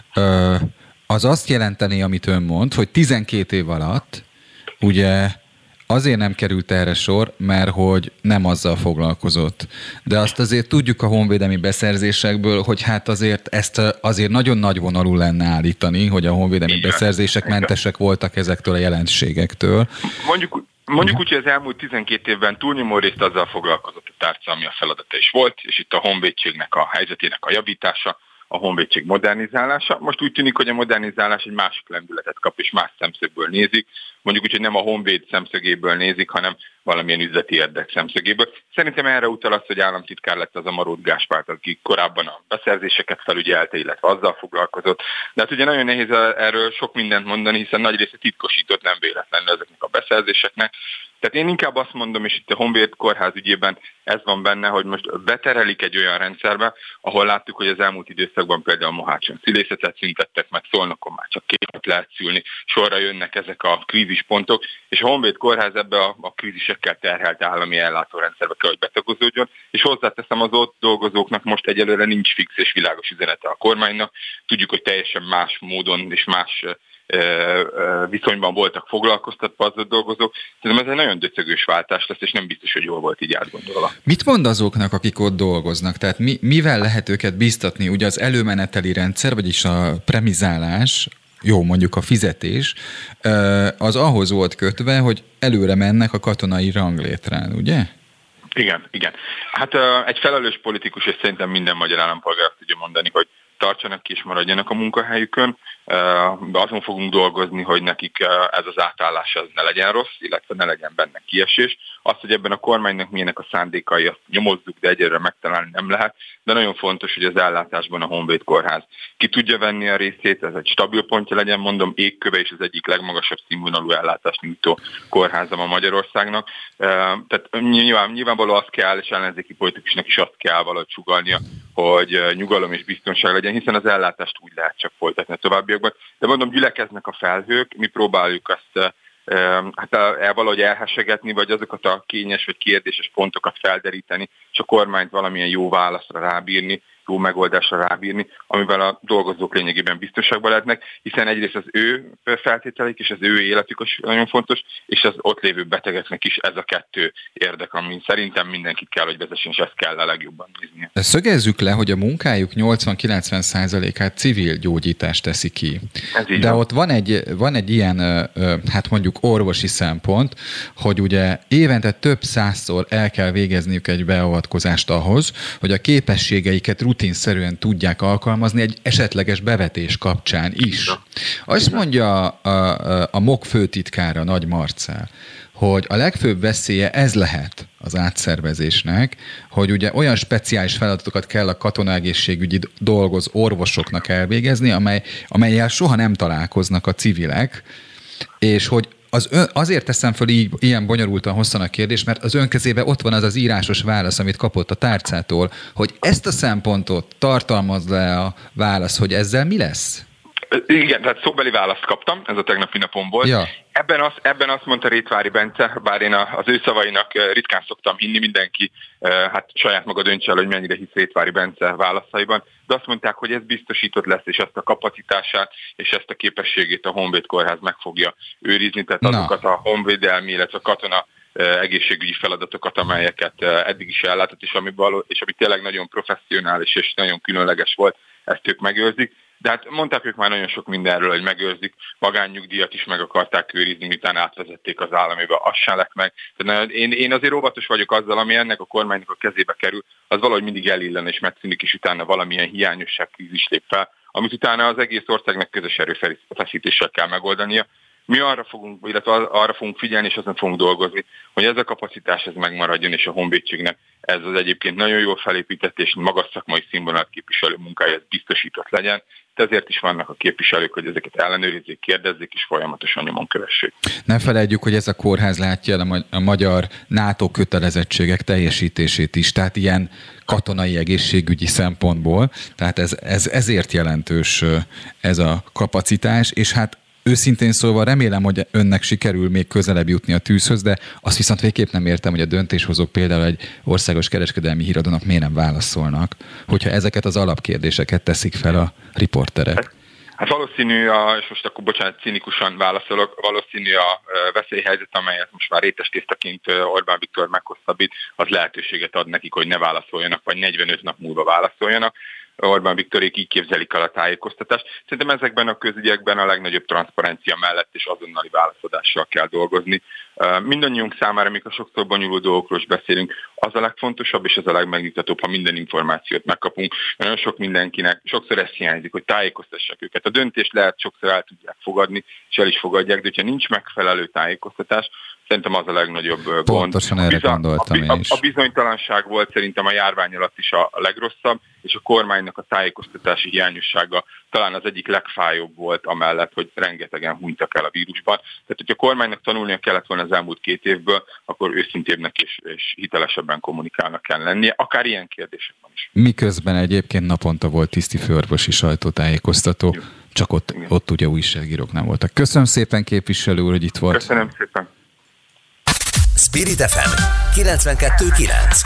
az azt jelenteni, amit ön mond, hogy 12 év alatt ugye azért nem került erre sor, mert hogy nem azzal foglalkozott. De azt azért tudjuk a honvédelmi beszerzésekből, hogy hát azért ezt azért nagyon nagy vonalú lenne állítani, hogy a honvédelmi beszerzések mentesek voltak ezektől a jelenségektől. Mondjuk úgy, hogy az elmúlt 12 évben túlnyomó részt azzal foglalkozott a tárca, ami a feladata is volt, és itt a honvédségnek a helyzetének a javítása, a honvédség modernizálása. Most úgy tűnik, hogy a modernizálás egy másik lendületet kap, és más szemszögből nézik. Mondjuk úgy, hogy nem a honvéd szemszögéből nézik, hanem valamilyen üzleti érdek szemszögéből. Szerintem erre utal az, hogy államtitkár lett az a Marót Gáspár, aki korábban a beszerzéseket felügyelte, illetve azzal foglalkozott. De hát ugye nagyon nehéz erről sok mindent mondani, hiszen nagy része titkosított, nem véletlenül ezeknek a beszerzéseknek. Tehát én inkább azt mondom, és itt a Honvéd Kórház ügyében ez van benne, hogy most beterelik egy olyan rendszerbe, ahol láttuk, hogy az elmúlt időszakban például Mohácson szülészetet szüntettek, meg Szolnokon már csak 2 lehet szülni, sorra jönnek ezek a krízispontok, és a Honvéd Kórház ebbe a krízisekkel terhelt állami ellátórendszerbe kell, hogy betagozódjon, és hozzáteszem, az ott dolgozóknak most egyelőre nincs fix és világos üzenete a kormánynak. Tudjuk, hogy teljesen más módon és más viszonyban voltak foglalkoztatva az dolgozók. Szerintem ez egy nagyon döcögős váltás lesz, és nem biztos, hogy jól volt így átgondolva. Mit mond azoknak, akik ott dolgoznak? Tehát mivel lehet őket bíztatni? Ugye az előmeneteli rendszer, vagyis a premizálás, jó, mondjuk a fizetés, az ahhoz volt kötve, hogy előre mennek a katonai ranglétrán, ugye? Igen. Hát egy felelős politikus, és szerintem minden magyar állampolgár tudja mondani, hogy tartsanak ki és maradjanak a munkahelyükön, de azon fogunk dolgozni, hogy nekik ez az átállás az ne legyen rossz, illetve ne legyen benne kiesés. Azt, hogy ebben a kormánynak milyenek a szándékai, azt nyomozzuk, de egyelőre megtalálni nem lehet, de nagyon fontos, hogy az ellátásban a Honvéd Kórház ki tudja venni a részét, ez egy stabil pontja legyen, mondom, égköve és az egyik legmagasabb színvonalú ellátást nyújtó kórházam a Magyarországnak. Tehát nyilvánvaló azt kell, és ellenzéki politikusnak is azt kell valahogy sugallnia, hogy nyugalom és biztonság legyen, hiszen az ellátást úgy lehet csak folytatni a továbbiakban. De mondom, gyülekeznek a felhők, mi próbáljuk azt valahogy elhessegetni, vagy azokat a kényes vagy kérdéses pontokat felderíteni, és a kormányt valamilyen jó válaszra rábírni, jó megoldásra rábírni, amivel a dolgozók lényegében biztonságban lehetnek, hiszen egyrészt az ő feltételeik és az ő életük is nagyon fontos, és az ott lévő betegeknek is ez a 2 érdek, ami szerintem mindenkit kell, hogy vezessen, és ezt kell a legjobban néznie. Szögezzük le, hogy a munkájuk 80-90%-át civil gyógyítást teszi ki. De ott van egy ilyen, hát mondjuk orvosi szempont, hogy ugye évente több 100-szor el kell végezniük egy beavatkozást ahhoz, hogy a képességeiket rutinszerűen tudják alkalmazni egy esetleges bevetés kapcsán is. Azt mondja a MOK főtitkára, Nagy Marcell, hogy a legfőbb veszélye ez lehet az átszervezésnek, hogy ugye olyan speciális feladatokat kell a katonaegészségügyi orvosoknak elvégezni, amellyel soha nem találkoznak a civilek, és hogy azért teszem föl ilyen bonyolultan hosszan a kérdést, mert az ön kezében ott van az az írásos válasz, amit kapott a tárcától, hogy ezt a szempontot tartalmazza a válasz, hogy ezzel mi lesz? Igen, tehát szóbeli választ kaptam, ez a tegnapi napon volt. Ja. Ebben azt mondta Rétvári Bence, bár én az ő szavainak ritkán szoktam hinni, mindenki hát saját maga döntse el, hogy mennyire hisz Rétvári Bence válaszaiban, de azt mondták, hogy ez biztosított lesz, és ezt a kapacitását és ezt a képességét a Honvéd Kórház meg fogja őrizni, tehát azokat a honvédelmi, illetve a katona egészségügyi feladatokat, amelyeket eddig is ellátott, és ami tényleg nagyon professzionális és nagyon különleges volt, ezt ők megőrzik. De hát mondták ők már nagyon sok mindenről, hogy megőrzik, magánnyugdíjat is meg akarták őrizni, miután átvezették az államiba, az sem lett meg. Tehát én azért óvatos vagyok azzal, ami ennek a kormánynak a kezébe kerül, az valahogy mindig elillen és megszűnik, és utána valamilyen hiányosság, krízis lép fel, amit utána az egész országnak közös erőfeszítéssel kell megoldania. Mi arra fogunk figyelni, és azon fogunk dolgozni, hogy ez a kapacitás ez megmaradjon, és a honvédségnek ez az egyébként nagyon jól felépített és magas szakmai színvonalat képviselő munkája ez biztosított legyen. De ezért is vannak a képviselők, hogy ezeket ellenőrizzék, kérdezzék és folyamatosan nyomon kövessék. Ne felejtjük, hogy ez a kórház látja a magyar NATO kötelezettségek teljesítését is, tehát ilyen katonai egészségügyi szempontból, tehát ezért jelentős ez a kapacitás, és hát őszintén szólva remélem, hogy önnek sikerül még közelebb jutni a tűzhöz, de azt viszont végképp nem értem, hogy a döntéshozók például egy országos kereskedelmi híradónak miért nem válaszolnak, hogyha ezeket az alapkérdéseket teszik fel a riporterek. Hát valószínű, és most akkor bocsánat, cinikusan válaszolok, valószínű a veszélyhelyzet, amelyet most már rétestésztaként Orbán Viktor meghosszabbít, az lehetőséget ad nekik, hogy ne válaszoljanak, vagy 45 nap múlva válaszoljanak. Orbán Viktorék így képzelik el a tájékoztatást. Szerintem ezekben a közügyekben a legnagyobb transzparencia mellett és azonnali válaszadással kell dolgozni. Mindannyiunk számára, amikor sokszor bonyolult dolgokról is beszélünk, az a legfontosabb és az a legmegnyugtatóbb, ha minden információt megkapunk. Nagyon sok mindenkinek sokszor ez hiányzik, hogy tájékoztassák őket. A döntést lehet sokszor el tudják fogadni, és el is fogadják, de ha nincs megfelelő tájékoztatás, szerintem az a legnagyobb gond. Pontosan erre gondoltam én is. A bizonytalanság volt szerintem a járvány alatt is a legrosszabb, és a kormánynak a tájékoztatási hiányossága talán az egyik legfájóbb volt amellett, hogy rengetegen hunytak el a vírusban. Tehát, hogyha a kormánynak tanulnia kellett volna az elmúlt 2 évből, akkor őszintébbnek és hitelesebben kommunikálnak kell lennie, akár ilyen kérdésekben is. Miközben egyébként naponta volt tiszti főorvosi sajtótájékoztató, jó. Csak ott ugye újságírók nem voltak. Köszönöm szépen, képviselő úr, hogy itt volt. Köszönöm szépen. Spirit FM 92.9.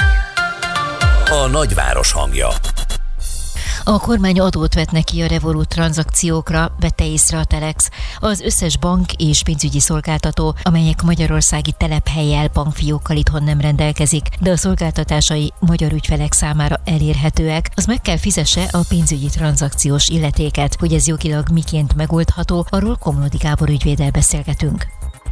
A nagyváros hangja. A kormány adót vet neki a Revolut tranzakciókra, vette észre a Telex. Az összes bank és pénzügyi szolgáltató, amelyek magyarországi telephellyel, bankfiókkal itthon nem rendelkezik, de a szolgáltatásai magyar ügyfelek számára elérhetőek, az meg kell fizesse a pénzügyi tranzakciós illetéket. Hogy ez jogilag miként megoldható, arról Komlódi Gábor ügyvéddel beszélgetünk.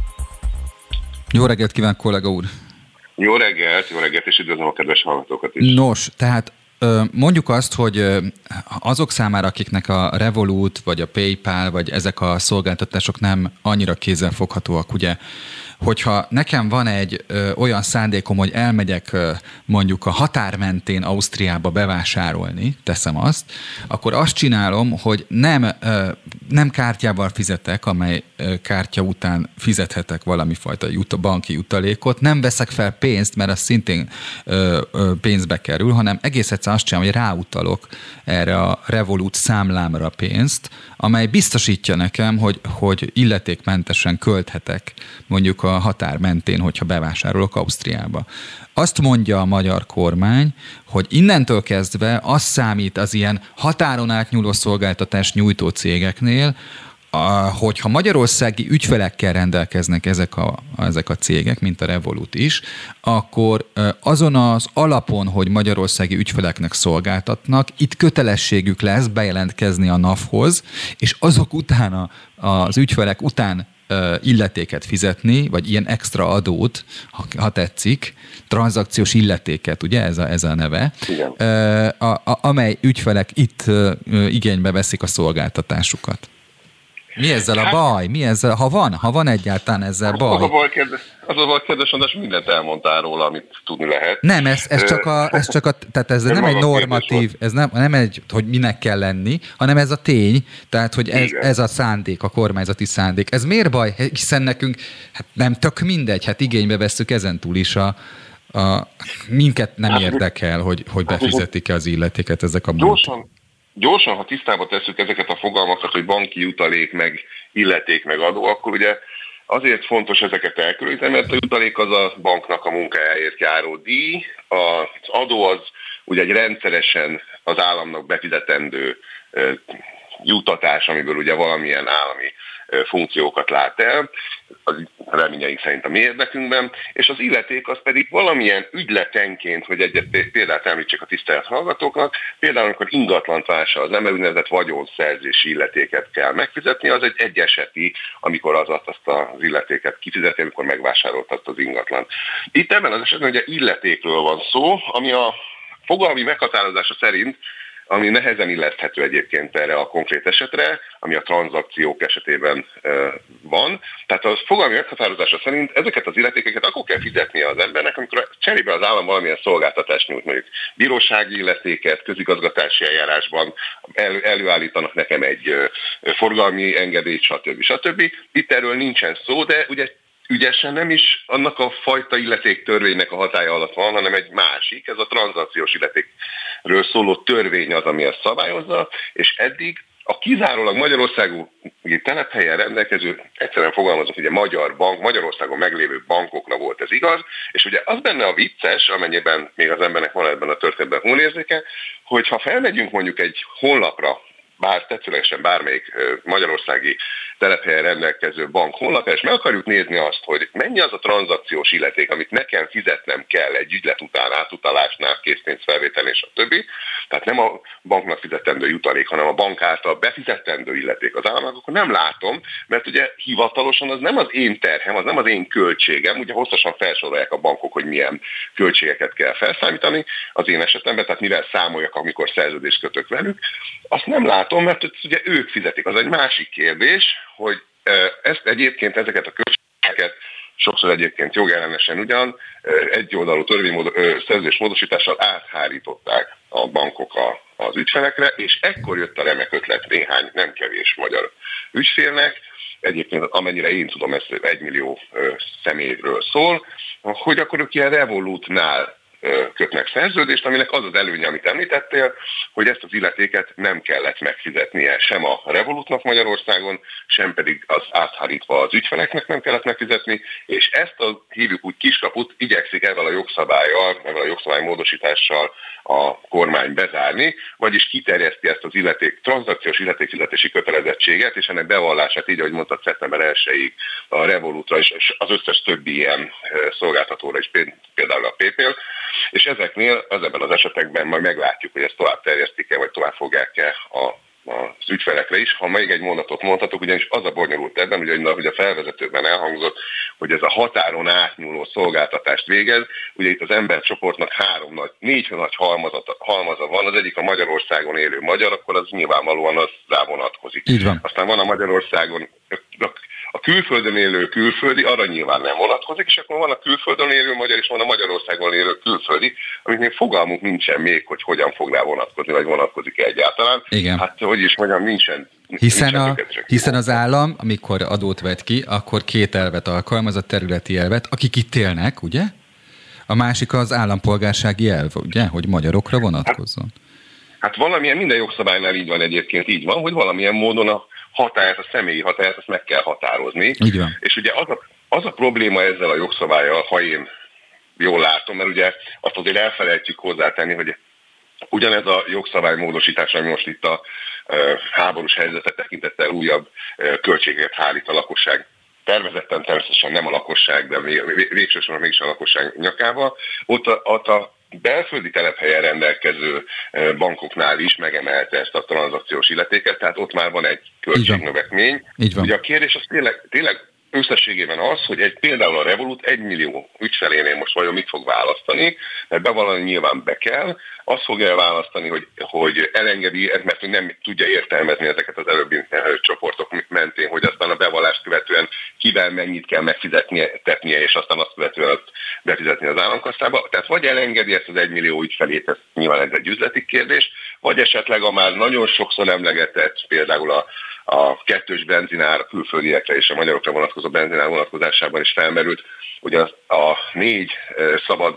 Jó reggelt kívánok, kollega úr! Jó reggelt, és üdvözlöm a kedves hallgatókat is. Nos, tehát mondjuk azt, hogy azok számára, akiknek a Revolut, vagy a PayPal, vagy ezek a szolgáltatások nem annyira kézzelfoghatóak, ugye, hogyha nekem van egy olyan szándékom, hogy elmegyek mondjuk a határ mentén Ausztriába bevásárolni, teszem azt, akkor azt csinálom, hogy nem kártyával fizetek, amely kártya után fizethetek valami fajta banki jutalékot, nem veszek fel pénzt, mert az szintén pénzbe kerül, hanem egész egyszer azt csinálom, hogy ráutalok erre a Revolut számlámra pénzt, amely biztosítja nekem, hogy illetékmentesen költhetek mondjuk a határ mentén, hogyha bevásárolok Ausztriába. Azt mondja a magyar kormány, hogy innentől kezdve az számít az ilyen határon átnyúló szolgáltatás nyújtó cégeknél, hogyha magyarországi ügyfelekkel rendelkeznek ezek a cégek, mint a Revolut is, akkor azon az alapon, hogy magyarországi ügyfeleknek szolgáltatnak, itt kötelességük lesz bejelentkezni a NAV-hoz, és azok utána, az ügyfelek után illetéket fizetni, vagy ilyen extra adót, ha tetszik, tranzakciós illetéket, ugye ez a neve, amely ügyfelek itt igénybe veszik a szolgáltatásukat. Mi ezzel a baj? Mi ezzel, ha van egyáltalán ezzel baj? Az a baj, kedves András, mindent elmondtál róla, amit tudni lehet. Nem, tehát ez nem egy normatív, ez nem egy, hogy minek kell lenni, hanem ez a tény, tehát, hogy ez a szándék, a kormányzati szándék. Ez miért baj? Hiszen nekünk nem tök mindegy, igénybe vesszük ezentúl is minket nem érdekel, hogy befizetik-e az illetéket ezek a bankok. Gyorsan, ha tisztába tesszük ezeket a fogalmakat, hogy banki jutalék, meg illeték, meg adó, akkor ugye azért fontos ezeket elkülöníteni, mert a jutalék az a banknak a munkájáért járó díj, az adó az ugye egy rendszeresen az államnak befizetendő juttatás, amiből ugye valamilyen állami funkciókat lát el, az reményeink szerint a mi érdekünkben, és az illeték az pedig valamilyen ügyletenként, hogy egy példát említsek a tisztelt hallgatóknak, például amikor ingatlant vásárol az ember, úgynevezett vagyonszerzési illetéket kell megfizetni, az egy eseti, amikor azt az illetéket kifizeti, amikor megvásárolt azt az ingatlant. Itt ebben az esetben ugye illetékről van szó, ami a fogalmi meghatározása szerint ami nehezen illeszthető egyébként erre a konkrét esetre, ami a tranzakciók esetében van. Tehát a fogalmi meghatározása szerint ezeket az illetékeket akkor kell fizetnie az embernek, amikor cserébe az állam valamilyen szolgáltatást nyújt, mondjuk bírósági illetéket, közigazgatási eljárásban előállítanak nekem egy forgalmi engedélyt, stb. Itt erről nincsen szó, de ugye ügyesen nem is annak a fajta illetéktörvénynek a hatálya alatt van, hanem egy másik, ez a tranzakciós illetékről szóló törvény az, ami ezt szabályozza, és eddig a kizárólag Magyarországi telephelyen rendelkező, egyszerűen fogalmazok, ugye magyar bank, Magyarországon meglévő bankoknak volt ez igaz, és ugye az benne a vicces, amennyiben még az embernek van ebben a történetben humorérzéke, hogy ha felmegyünk mondjuk egy honlapra, bár tetszőlegesen bármelyik magyarországi telephelyen rendelkező bank honlapja, és meg akarjuk nézni azt, hogy mennyi az a tranzakciós illeték, amit nekem fizetnem kell egy ügylet után, átutalásnál, készpénzfelvétel és a többi. Tehát nem a banknak fizetendő jutalék, hanem a bank által befizetendő illeték az államnak, akkor nem látom, mert ugye hivatalosan az nem az én terhem, az nem az én költségem, ugye hosszasan felsorolják a bankok, hogy milyen költségeket kell felszámítani az én esetemben, tehát mivel számoljak, amikor szerződést kötök velük, azt nem látom, mert ugye ők fizetik. Az egy másik kérdés, hogy ezt egyébként ezeket a költségeket sokszor egyébként jogellenesen ugyan egyoldalú szerződés módosítással áthárították a bankok az ügyfelekre, és ekkor jött a remek ötlet néhány nem kevés magyar ügyfélnek, egyébként amennyire én tudom, ez 1 millió személyről szól, hogy akkor ők ilyen Revolutnál kötnek szerződést, aminek az az előnye, amit említettél, hogy ezt az illetéket nem kellett megfizetnie sem a Revolutnak Magyarországon, sem pedig az áthárítva az ügyfeleknek nem kellett megfizetni, és ezt hívjuk úgy kiskaput, igyekszik ezzel a jogszabállyal, ezzel a jogszabálymódosítással a kormány bezárni, vagyis kiterjeszti ezt az tranzakciós illetékfizetési kötelezettséget, és ennek bevallását így, ahogy mondtad, szeptember 1-ig a Revolutra és az összes többi ilyen szolgáltatóra is, például a PayPal, és ezeknél, ebben az esetekben majd meglátjuk, hogy ezt tovább terjesztik-e, vagy tovább fogják-e az ügyfelekre is. Ha még egy mondatot mondhatok, ugyanis az a bonyolult ebben, hogy a felvezetőben elhangzott, hogy ez a határon átnyúló szolgáltatást végez. Ugye itt az embercsoportnak 4 nagy halmaza van, az egyik a Magyarországon élő magyar, akkor az nyilvánvalóan az rá vonatkozik. Aztán van a Magyarországon a külföldön élő külföldi, arra nyilván nem vonatkozik, és akkor van a külföldön élő magyar, és van a Magyarországon élő külföldi, amiknél fogalmunk nincsen még, hogy hogyan fog rá vonatkozni, vagy vonatkozik-e egyáltalán. Igen. Hát, hogy is mondjam, nincsen. Hiszen az állam, amikor adót vet ki, akkor 2 elvet alkalmaz, a területi elvet, akik itt élnek, ugye? A másik az állampolgársági elv, ugye? Hogy magyarokra vonatkozzon. Hát valamilyen, minden jogszabálynál így van egyébként, így van, hogy valamilyen módon a személyi hatályát, azt meg kell határozni. Így van. És ugye az a probléma ezzel a jogszabállyal, ha én jól látom, mert ugye azt azért elfelejtjük hozzátenni, hogy ugyanez a jogszabálymódosítás, ami most itt a háborús helyzetet tekintettel újabb költségeket hárít a lakosság. Tervezetten természetesen nem a lakosság, de végsősorban mégis a lakosság nyakába. Ott a belföldi telephelyen rendelkező bankoknál is megemelte ezt a tranzakciós illetéket, tehát ott már van egy költségnövekmény. Ugye a kérdés az tényleg összességében az, hogy például a Revolut 1 millió ügyfelénél most vajon mit fog választani, mert bevallani nyilván be kell, azt fogja elválasztani, hogy elengedi, mert nem tudja értelmezni ezeket az előbbi csoportok mentén, hogy aztán a bevallást követően kivel mennyit kell megfizetnie, és aztán azt követően azt befizetni az államkasszába. Tehát vagy elengedi ezt az 1 millió ügyfelét, ez nyilván ez egy üzleti kérdés, vagy esetleg a már nagyon sokszor emlegetett, például a kettős benzinár, a külföldiekre és a magyarokra vonatkozó benzinár vonatkozásában is felmerült, hogy a 4 szabad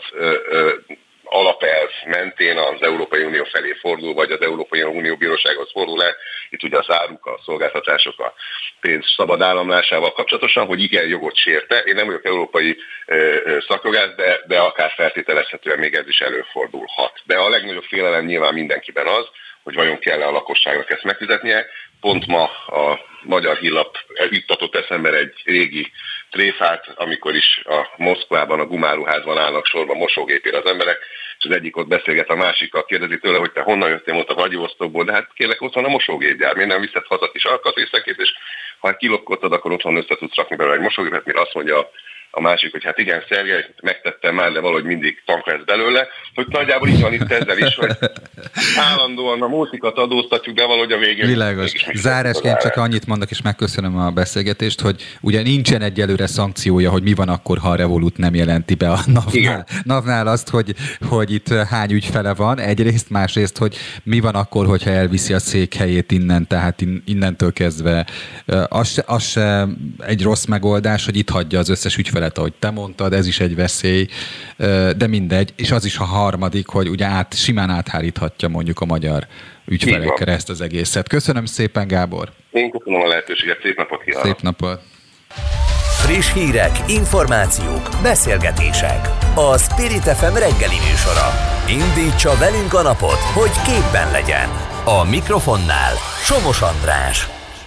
alapelv mentén az Európai Unió felé fordul, vagy az Európai Unió bírósághoz fordul el, itt ugye az áruk, a szolgáltatások, a pénz szabad áramlásával kapcsolatosan, hogy igen, jogot sérte. Én nem vagyok európai szakjogász, de akár feltételezhetően még ez is előfordulhat. De a legnagyobb félelem nyilván mindenkiben az, hogy vajon kell-e a lakosságnak ezt megfizetnie. Pont ma a Magyar Hírlap juttatott eszembe egy régi tréfát, amikor is a Moszkvában, a gumáruházban állnak sorba mosógépére az emberek, és az egyik ott beszélget a másikkal, kérdezi tőle, hogy te honnan jöttél, mondta Vladivosztokból, de hát kérlek, ott van a mosógépgyár, miért nem viszed haza kis alkatrészenként, és ha kilopkodtad, akkor otthon össze tudsz rakni belőle egy mosógépet, mire azt mondja a másik, hogy hát igen, Szergej, megtettem már, de valahogy mindig tank lesz belőle, hogy nagyjából így van itt ezzel is, hogy állandóan a múltikat adóztatjuk, de valahogy a végén... Világos. Zárásként csak annyit mondok, és megköszönöm a beszélgetést, hogy ugye nincsen egyelőre szankciója, hogy mi van akkor, ha a Revolut nem jelenti be a NAV-nál azt, hogy itt hány ügyfele van, egyrészt, másrészt, hogy mi van akkor, hogyha elviszi a székhelyét innen, tehát innentől kezdve az se egy rossz megoldás, hogy itt hagyja az összes ügyfelet, ahogy te mondtad, ez is egy veszély, de mindegy, és az is a harmadik, hogy ugye simán átháríthatja mondjuk a magyar ügyfelekre ezt az egészet. Köszönöm szépen, Gábor! Én köszönöm a lehetőséget, szép napot kívánok! Szép napot! Friss hírek, információk, beszélgetések. A Spirit FM reggeli műsora. Indítsa velünk a napot, hogy képben legyen. A mikrofonnál Somos András.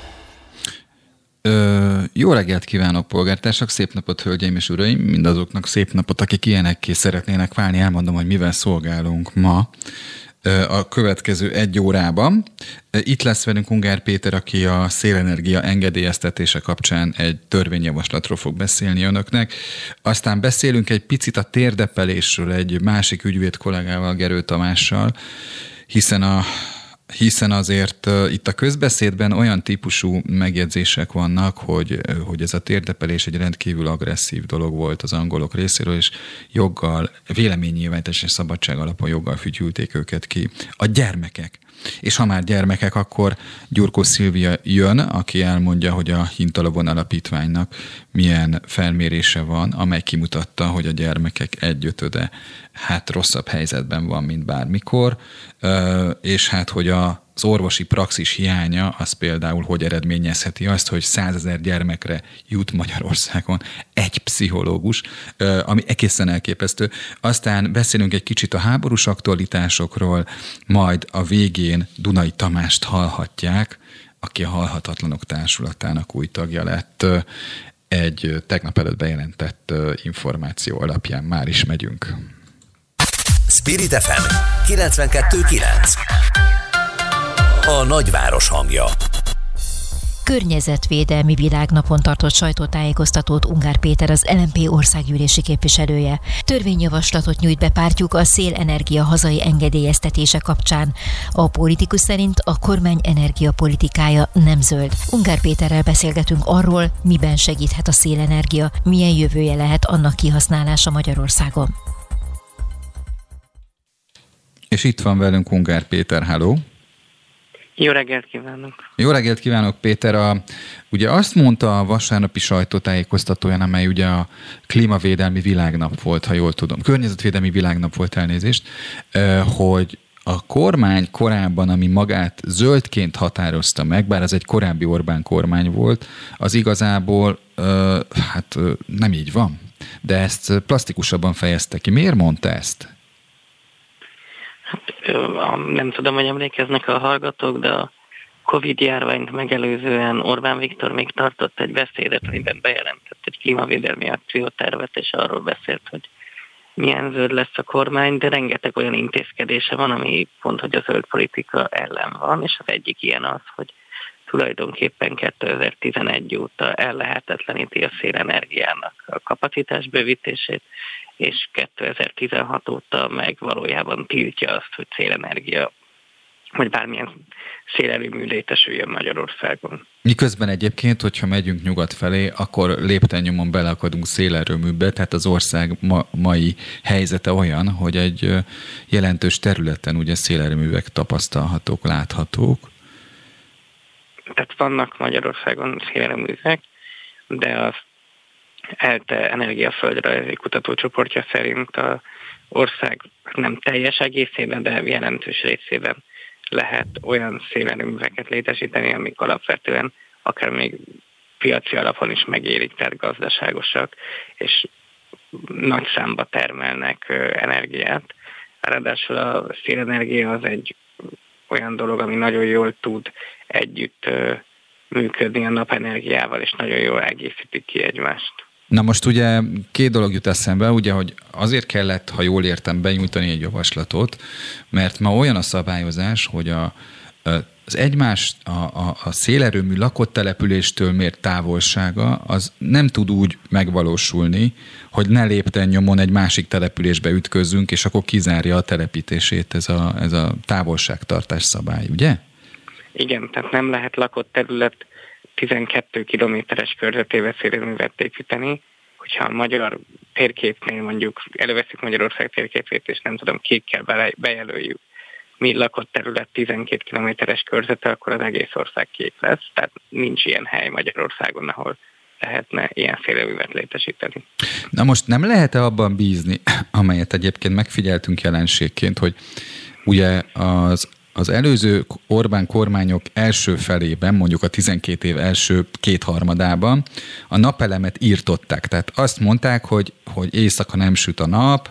Jó reggelt kívánok, polgártársak, szép napot, hölgyeim és uraim, mindazoknak szép napot, akik ilyenekké szeretnének válni. Elmondom, hogy mivel szolgálunk ma a következő 1 órában. Itt lesz velünk Ungár Péter, aki a szélenergia engedélyeztetése kapcsán egy törvényjavaslatról fog beszélni önöknek. Aztán beszélünk egy picit a térdepelésről egy másik ügyvéd kollégával, Gerő Tamással, hiszen azért itt a közbeszédben olyan típusú megjegyzések vannak, hogy ez a térdepelés egy rendkívül agresszív dolog volt az angolok részéről, és joggal, véleménynyilvánítás és szabadság alapon joggal fütyülték őket ki. A gyermekek. És ha már gyermekek, akkor Gyurkó Szilvia jön, aki elmondja, hogy a Hintalovon Alapítványnak milyen felmérése van, amely kimutatta, hogy a gyermekek 1/5 hát rosszabb helyzetben van, mint bármikor, és hát, hogy az orvosi praxis hiánya az például hogy eredményezheti azt, hogy 100 000 gyermekre jut Magyarországon egy pszichológus, ami egészen elképesztő. Aztán beszélünk egy kicsit a háborús aktualitásokról, majd a végén Dunai Tamást hallhatják, aki a Halhatatlanok Társulatának új tagja lett. Egy tegnap előtt bejelentett információ alapján már is megyünk. Spirit FM 92.9. A nagyváros hangja. Környezetvédelmi világnapon tartott sajtótájékoztatót Ungár Péter, az LMP országgyűlési képviselője. Törvényjavaslatot nyújt be pártjuk a szélenergia hazai engedélyeztetése kapcsán. A politikus szerint a kormány energiapolitikája nem zöld. Ungár Péterrel beszélgetünk arról, miben segíthet a szélenergia, milyen jövője lehet annak kihasználása Magyarországon. És itt van velünk Ungár Péter, halló! Jó reggelt kívánok! Jó reggelt kívánok, Péter! Ugye azt mondta a vasárnapi sajtótájékoztatóján, amely ugye a klímavédelmi világnap volt, ha jól tudom, környezetvédelmi világnap volt, elnézést, hogy a kormány korábban, ami magát zöldként határozta meg, bár ez egy korábbi Orbán kormány volt, az igazából nem így van. De ezt plastikusabban fejezte ki. Miért mondta ezt? Hát, nem tudom, hogy emlékeznek a hallgatók, de a Covid-járványt megelőzően Orbán Viktor még tartott egy beszédet, amiben bejelentett egy klímavédelmi akciótervet, és arról beszélt, hogy milyen zöld lesz a kormány, de rengeteg olyan intézkedése van, ami pont, hogy a zöld politika ellen van, és az egyik ilyen az, hogy tulajdonképpen 2011 óta ellehetetleníti a szélenergiának a kapacitásbővítését, és 2016 óta meg valójában tiltja azt, hogy szélenergia, vagy bármilyen szélerőmű létesüljön Magyarországon. Miközben egyébként, hogyha megyünk nyugat felé, akkor lépten-nyomon beleakadunk szélerőműbe, tehát az ország mai helyzete olyan, hogy egy jelentős területen ugye szélerőművek tapasztalhatók, láthatók. Tehát vannak Magyarországon szélerőművek, de az ELTE energiaföldrajzi kutatócsoportja szerint az ország nem teljes egészében, de jelentős részében lehet olyan szélerőműveket létesíteni, amik alapvetően akár még piaci alapon is megérik, tehát gazdaságosak, és nagy számba termelnek energiát. Ráadásul a szélenergia az egy olyan dolog, ami nagyon jól tud együtt működni a napenergiával, és nagyon jól egészítik ki egymást. Na most ugye 2 dolog jut eszembe, ugye, hogy azért kellett, ha jól értem, benyújtani egy javaslatot, mert ma olyan a szabályozás, hogy az egymás, a szélerőmű lakott településtől mért távolsága, az nem tud úgy megvalósulni, hogy ne lépten nyomon egy másik településbe ütközzünk, és akkor kizárja a telepítését ez a távolságtartás szabály, ugye? Igen, tehát nem lehet lakott terület 12 kilométeres körzetével szélerőművet építeni, hogyha a magyar térképnél mondjuk előveszünk Magyarország térképét, és nem tudom, kékkel bejelöljük mi lakott terület 12 kilométeres körzete, akkor az egész ország kék lesz. Tehát nincs ilyen hely Magyarországon, ahol lehetne ilyen szélerőművet létesíteni. Na most nem lehet-e abban bízni, amelyet egyébként megfigyeltünk jelenségként, hogy ugye az előző Orbán kormányok első felében, mondjuk a 12 év első kétharmadában a napelemet írtották. Tehát azt mondták, hogy éjszaka nem süt a nap,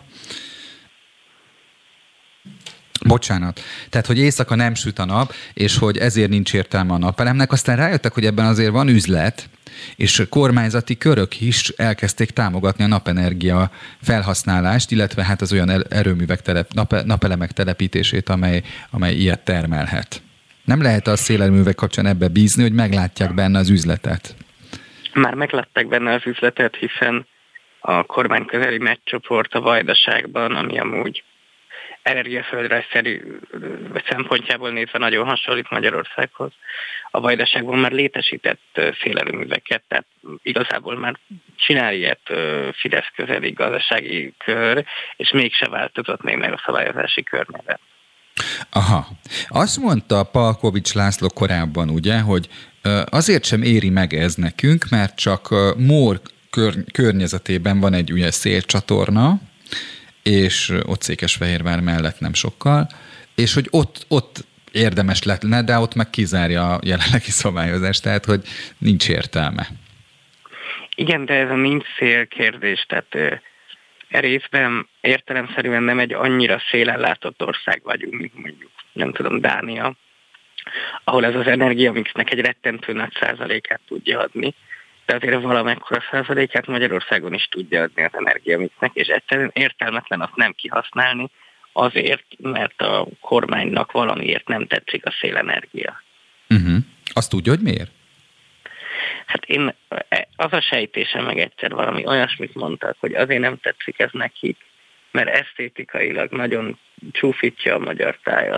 tehát, hogy éjszaka nem süt a nap, és hogy ezért nincs értelme a napelemnek. Aztán rájöttek, hogy ebben azért van üzlet, és kormányzati körök is elkezdték támogatni a napenergia felhasználást, illetve hát az olyan erőművek napelemek telepítését, amely ilyet termelhet. Nem lehet a szélerőművek kapcsán ebbe bízni, hogy meglátják benne az üzletet? Már meglátták benne az üzletet, hiszen a kormányközeli meccscsoport a Vajdaságban, ami amúgy energiaföldrajzszerű szempontjából nézve nagyon hasonlít Magyarországhoz. A Vajdaságban már létesített szélerőműveket, tehát igazából már csinál ilyet Fidesz közeli gazdasági kör, és mégse változott még meg a szabályozási környezet. Aha. Azt mondta Palkovics László korábban, ugye, hogy azért sem éri meg ez nekünk, mert csak Mór környezetében van egy ugye szélcsatorna, és ott Székesfehérvár mellett nem sokkal, és hogy ott érdemes lenne, de ott meg kizárja a jelenlegi szabályozást, tehát hogy nincs értelme. Igen, de ez a nincs szél kérdés, tehát részben értelemszerűen nem egy annyira szélellátott ország vagyunk, mint mondjuk, nem tudom, Dánia, ahol ez az energiamixnek egy rettentő nagy százalékát tudja adni, de azért valamekkora százalékát Magyarországon is tudja adni az energiamixnek, és egyszerűen értelmetlen azt nem kihasználni azért, mert a kormánynak valamiért nem tetszik a szélenergia. Uh-huh. Azt tudja, hogy miért? Hát az a sejtésem meg egyszer valami olyasmit mondtak, hogy azért nem tetszik ez nekik, mert esztétikailag nagyon csúfítja a magyar tájat.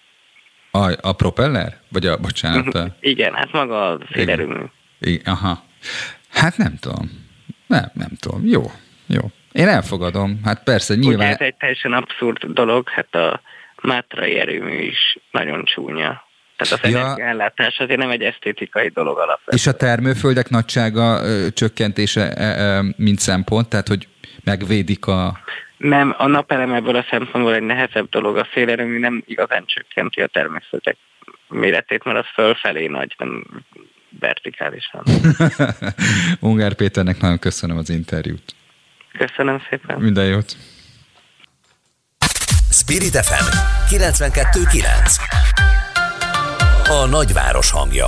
A propeller? Vagy bocsánat? Igen, hát maga a szélerőmű. Aha. Hát nem tudom. Nem tudom. Jó. Én elfogadom. Hát persze, nyilván... Ugye ez egy teljesen abszurd dolog, hát a mátrai erőmű is nagyon csúnya. Tehát az energiaellátás azért nem egy esztétikai dolog alapvetően. És a termőföldek nagysága csökkentése mint szempont, tehát hogy megvédik a... Nem, a napelem ebből a szempontból egy nehezebb dolog. A szélerőmű nem igazán csökkenti a termőföldek méretét, mert az fölfelé nagy, nem vertikálisan. Ungár Péternek nagyon köszönöm az interjút. Köszönöm szépen. Minden jót. Spirit FM 92.9. A nagyváros hangja.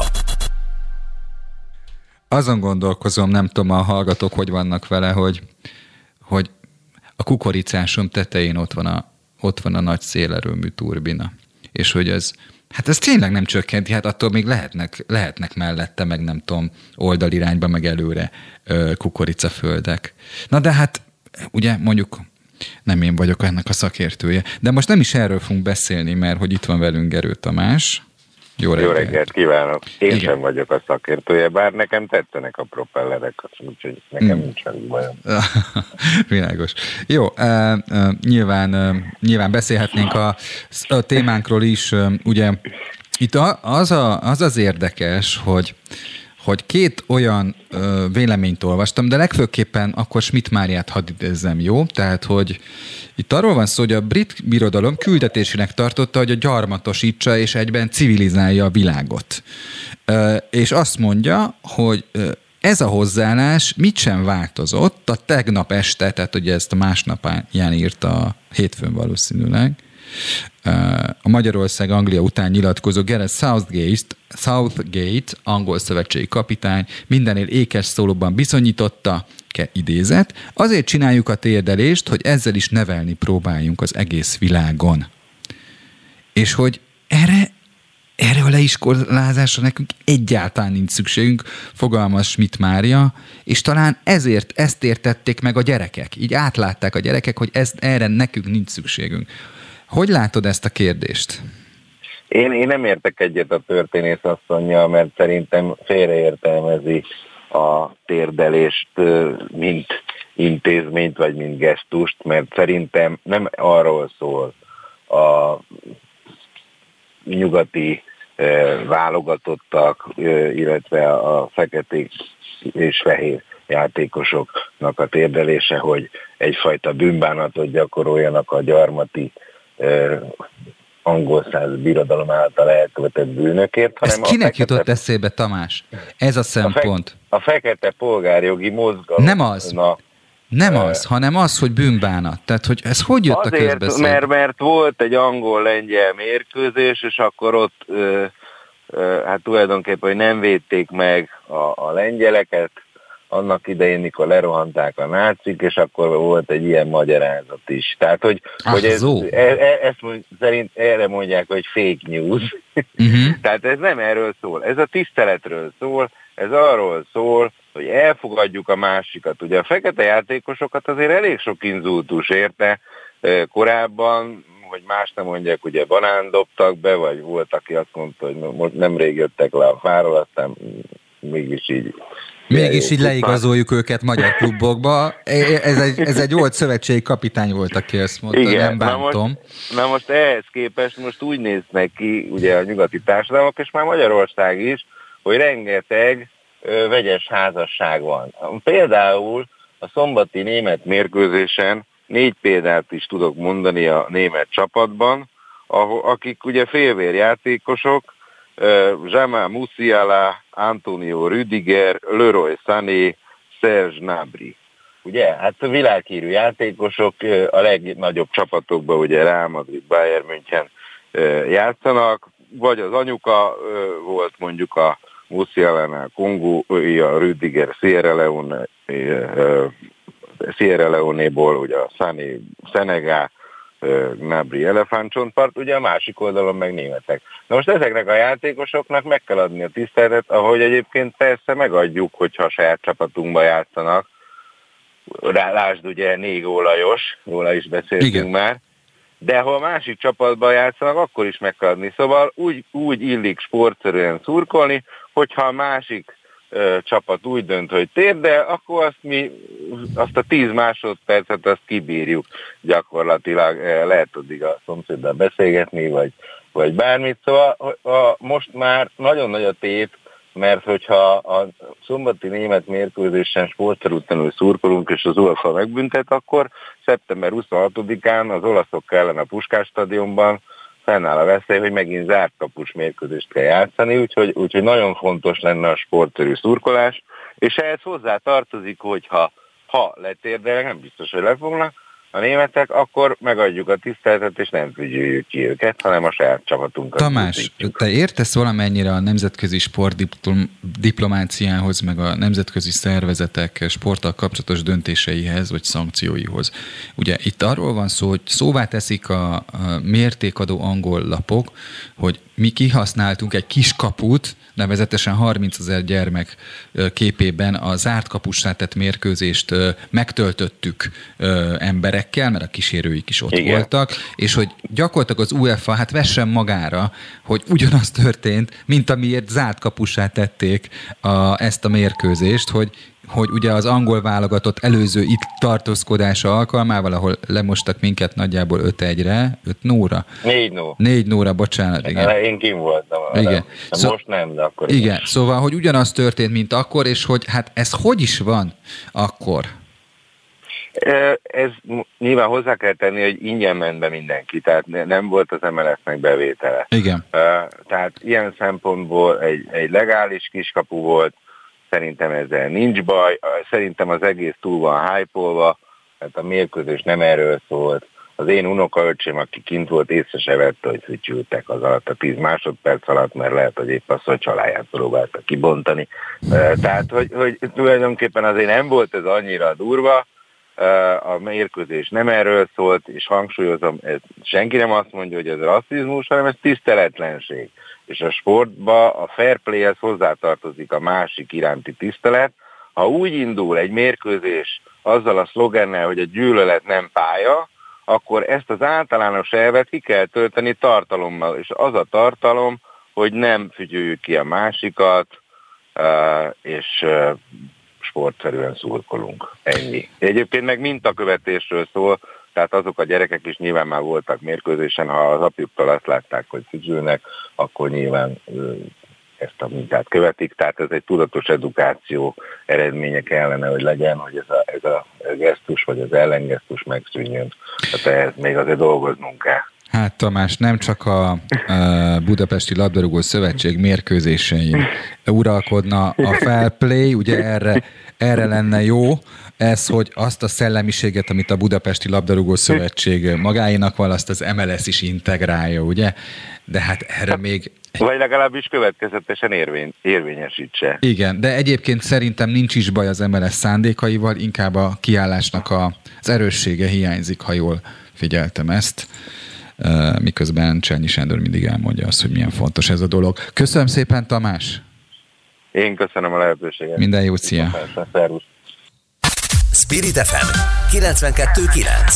Azon gondolkozom, nem tudom, a hallgatók hogy vannak vele, hogy a kukoricásom tetején ott van a nagy szélerőmű turbina. És hogy ez tényleg nem csökkenti, hát attól még lehetnek mellette, meg nem tudom, oldalirányba, meg előre kukoricaföldek. Na de hát, ugye mondjuk nem én vagyok ennek a szakértője, de most nem is erről fogunk beszélni, mert hogy itt van velünk Gerő Tamás. Jó reggelt kívánok! Én sem vagyok a szakértője, bár nekem tetszenek a propellerek, úgyhogy nekem nincs velük bajom. Világos. Jó, nyilván beszélhetnénk a témánkról is. Ugye itt az érdekes, hogy két olyan véleményt olvastam, de legfőképpen akkor Schmidt Máriát hadd idézzem, jó? Tehát, hogy itt arról van szó, hogy a brit birodalom küldetésének tartotta, hogy a gyarmatosítsa és egyben civilizálja a világot. És azt mondja, hogy ez a hozzáállás mit sem változott a tegnap este, tehát ugye ezt a másnapján írta hétfőn valószínűleg, a Magyarország-Anglia után nyilatkozó Gareth Southgate, angol szövetségi kapitány mindennél ékes szólóban bizonyította, idézet, azért csináljuk a térdelést, hogy ezzel is nevelni próbáljunk az egész világon. És hogy erre a leiskolázásra nekünk egyáltalán nincs szükségünk, fogalmaz Schmidt Mária, és talán ezért ezt értették meg a gyerekek. Így átlátták a gyerekek, hogy erre nekünk nincs szükségünk. Hogy látod ezt a kérdést? Én nem értek egyet a történész asszonnyal, mert szerintem félreértelmezi a térdelést, mint intézményt, vagy mint gesztust, mert szerintem nem arról szól a nyugati válogatottak, illetve a feketék és fehér játékosoknak a térdelése, hogy egyfajta bűnbánatot gyakoroljanak a gyarmati angol száz birodalom által elkövetett bűnökért. Ez kinek jutott eszébe, Tamás? Ez a szempont. A fekete polgárjogi mozgalom. Nem az, hanem az, hogy bűnbánat. Tehát, hogy ez hogy jött azért, a közbeszéd? Mert volt egy angol-lengyel mérkőzés, és akkor ott hát tulajdonképpen, hogy nem védték meg a lengyeleket, annak idején, mikor lerohanták a nácik, és akkor volt egy ilyen magyarázat is. Tehát, hogy szerint erre mondják, hogy fake news. Tehát ez nem erről szól. Ez a tiszteletről szól, ez arról szól, hogy elfogadjuk a másikat. Ugye a fekete játékosokat azért elég sok inzultus érte korábban, hogy más nem mondják, ugye banán dobtak be, vagy volt, aki azt mondta, hogy most nemrég jöttek le a fáról, aztán mégis így leigazoljuk őket magyar klubokba. Ez egy volt szövetségi kapitány volt, aki ezt mondta, igen, nem bántom. Na most ehhez képest most úgy néznek ki ugye a nyugati társadalmak, és már Magyarország is, hogy rengeteg vegyes házasság van. Például a szombati német mérkőzésen 4 példát is tudok mondani a német csapatban, akik ugye félvérjátékosok, Jamal Musiala, Antonio Rüdiger, Leroy Sané, Serge Gnabry. Ugye, hát a világhírű játékosok a legnagyobb csapatokban, ugye Real Madrid, Bayern München játszanak, vagy az anyuka volt mondjuk a Musiala-nál Kongói, a Rüdiger Sierra Leone-ból, ugye a Sané Szenegál, Gnabry elefántcsontpart, ugye a másik oldalon meg németek. Na most ezeknek a játékosoknak meg kell adni a tiszteletet, ahogy egyébként persze megadjuk, hogyha a saját csapatunkba játszanak. Lásd ugye Négó Lajos, róla is beszéltünk, igen, már, de ha a másik csapatban játszanak, akkor is meg kell adni. Szóval úgy illik sportszerűen szurkolni, hogyha a másik csapat úgy dönt, hogy térdel, akkor azt a 10 másodpercet azt kibírjuk gyakorlatilag. Lehet addig a szomszéddal beszélgetni, vagy bármit. Szóval most már nagyon nagy a tét, mert hogyha a szombati német mérkőzésen sportszerűtlenül szurkolunk, és az UEFA megbüntet, akkor szeptember 26-án az olaszok ellen a Puskás stadionban fennáll a veszély, hogy megint zárt kapus mérkőzést kell játszani, úgyhogy nagyon fontos lenne a sportszerű szurkolás, és ehhez hozzá tartozik, hogy ha letérdelnek, nem biztos, hogy lefognak a németek, akkor megadjuk a tiszteletet, és nem fügyüljük ki őket, hanem a saját csapatunkat. Tamás, te értesz valamennyire a nemzetközi sportdiplomáciához, meg a nemzetközi szervezetek sporttal kapcsolatos döntéseihez, vagy szankcióihoz. Ugye itt arról van szó, hogy szóvá teszik a mértékadó angol lapok, hogy mi kihasználtunk egy kis kaput, nevezetesen 30 000 gyermek képében a zárt kapussá tett mérkőzést megtöltöttük emberekkel, mert a kísérőik is ott, igen, voltak, és hogy gyakorlatilag az UEFA hát vessen magára, hogy ugyanaz történt, mint amiért zárt kapussá tették ezt a mérkőzést, hogy ugye az angol válogatott előző itt tartózkodása alkalmával, ahol lemostak minket nagyjából 5-1-re, 4-0, bocsánat, igen. Én kim voltam. Igen. Most nem, de akkor igen. Szóval, hogy ugyanaz történt, mint akkor, és hogy hát ez hogy is van akkor? Ez nyilván hozzá kell tenni, hogy ingyen ment be mindenki, tehát nem volt az MLS-nek bevétele. Igen. Tehát ilyen szempontból egy legális kiskapu volt, szerintem ezzel nincs baj, szerintem az egész túl van hype-olva, tehát a mérkőzés nem erről szólt. Az én unokaöcsém, aki kint volt, észre se vette, hogy fütyültek az alatt a 10 másodperc alatt, mert lehet, hogy épp a szocsaláját próbálta kibontani. Tehát, hogy tulajdonképpen azért nem volt ez annyira durva, a mérkőzés nem erről szólt, és hangsúlyozom, ez senki nem azt mondja, hogy ez rasszizmus, hanem ez tiszteletlenség. és a sportba a fair playhez hozzátartozik a másik iránti tisztelet. Ha úgy indul egy mérkőzés azzal a szlogennel, hogy a gyűlölet nem pálya, akkor ezt az általános elvet ki kell tölteni tartalommal, és az a tartalom, hogy nem fütyüljük ki a másikat, és sportszerűen szurkolunk. Ennyi. Egyébként meg mintakövetésről szól, tehát azok a gyerekek is nyilván már voltak mérkőzésen, ha az apjuktól azt látták, hogy fütyülnek, akkor nyilván ezt a mintát követik, tehát ez egy tudatos edukáció eredménye kellene, hogy legyen, hogy ez a gesztus vagy az ellengesztus megszűnjön. Tehát ehhez még azért dolgoznunk kell. Hát Tamás, nem csak a Budapesti Labdarúgó Szövetség mérkőzésein uralkodna a fair play, ugye erre lenne jó, ez, hogy azt a szellemiséget, amit a Budapesti Labdarúgó Szövetség magáénak van, azt az MLS is integrálja, ugye? De hát erre még... Vagy legalábbis következetesen érvényesítse. Igen, de egyébként szerintem nincs is baj az MLS szándékaival, inkább a kiállásnak az erőssége hiányzik, ha jól figyeltem ezt. Miközben Csernyi Sándor mindig elmondja azt, hogy milyen fontos ez a dolog. Köszönöm szépen, Tamás! Én köszönöm a lehetőséget. Minden jót, szia! Szervusz! Spirit FM 92.9.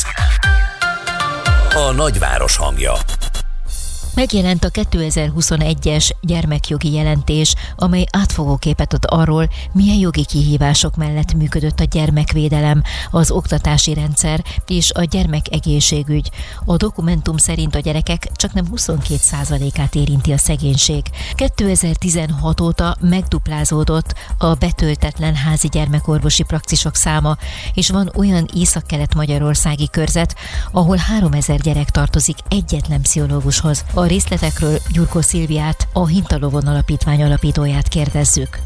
A nagyváros hangja. Megjelent a 2021-es gyermekjogi jelentés, amely átfogó képet ad arról, milyen jogi kihívások mellett működött a gyermekvédelem, az oktatási rendszer és a gyermekegészségügy. A dokumentum szerint a gyerekek csaknem 22%-át érinti a szegénység. 2016 óta megduplázódott a betöltetlen házi gyermekorvosi praxisok száma, és van olyan észak-kelet-magyarországi körzet, ahol 3000 gyerek tartozik egyetlen pszichológushoz. A részletekről Gyurkó Szilviát, a Hintalovon Alapítvány alapítóját kérdezzük.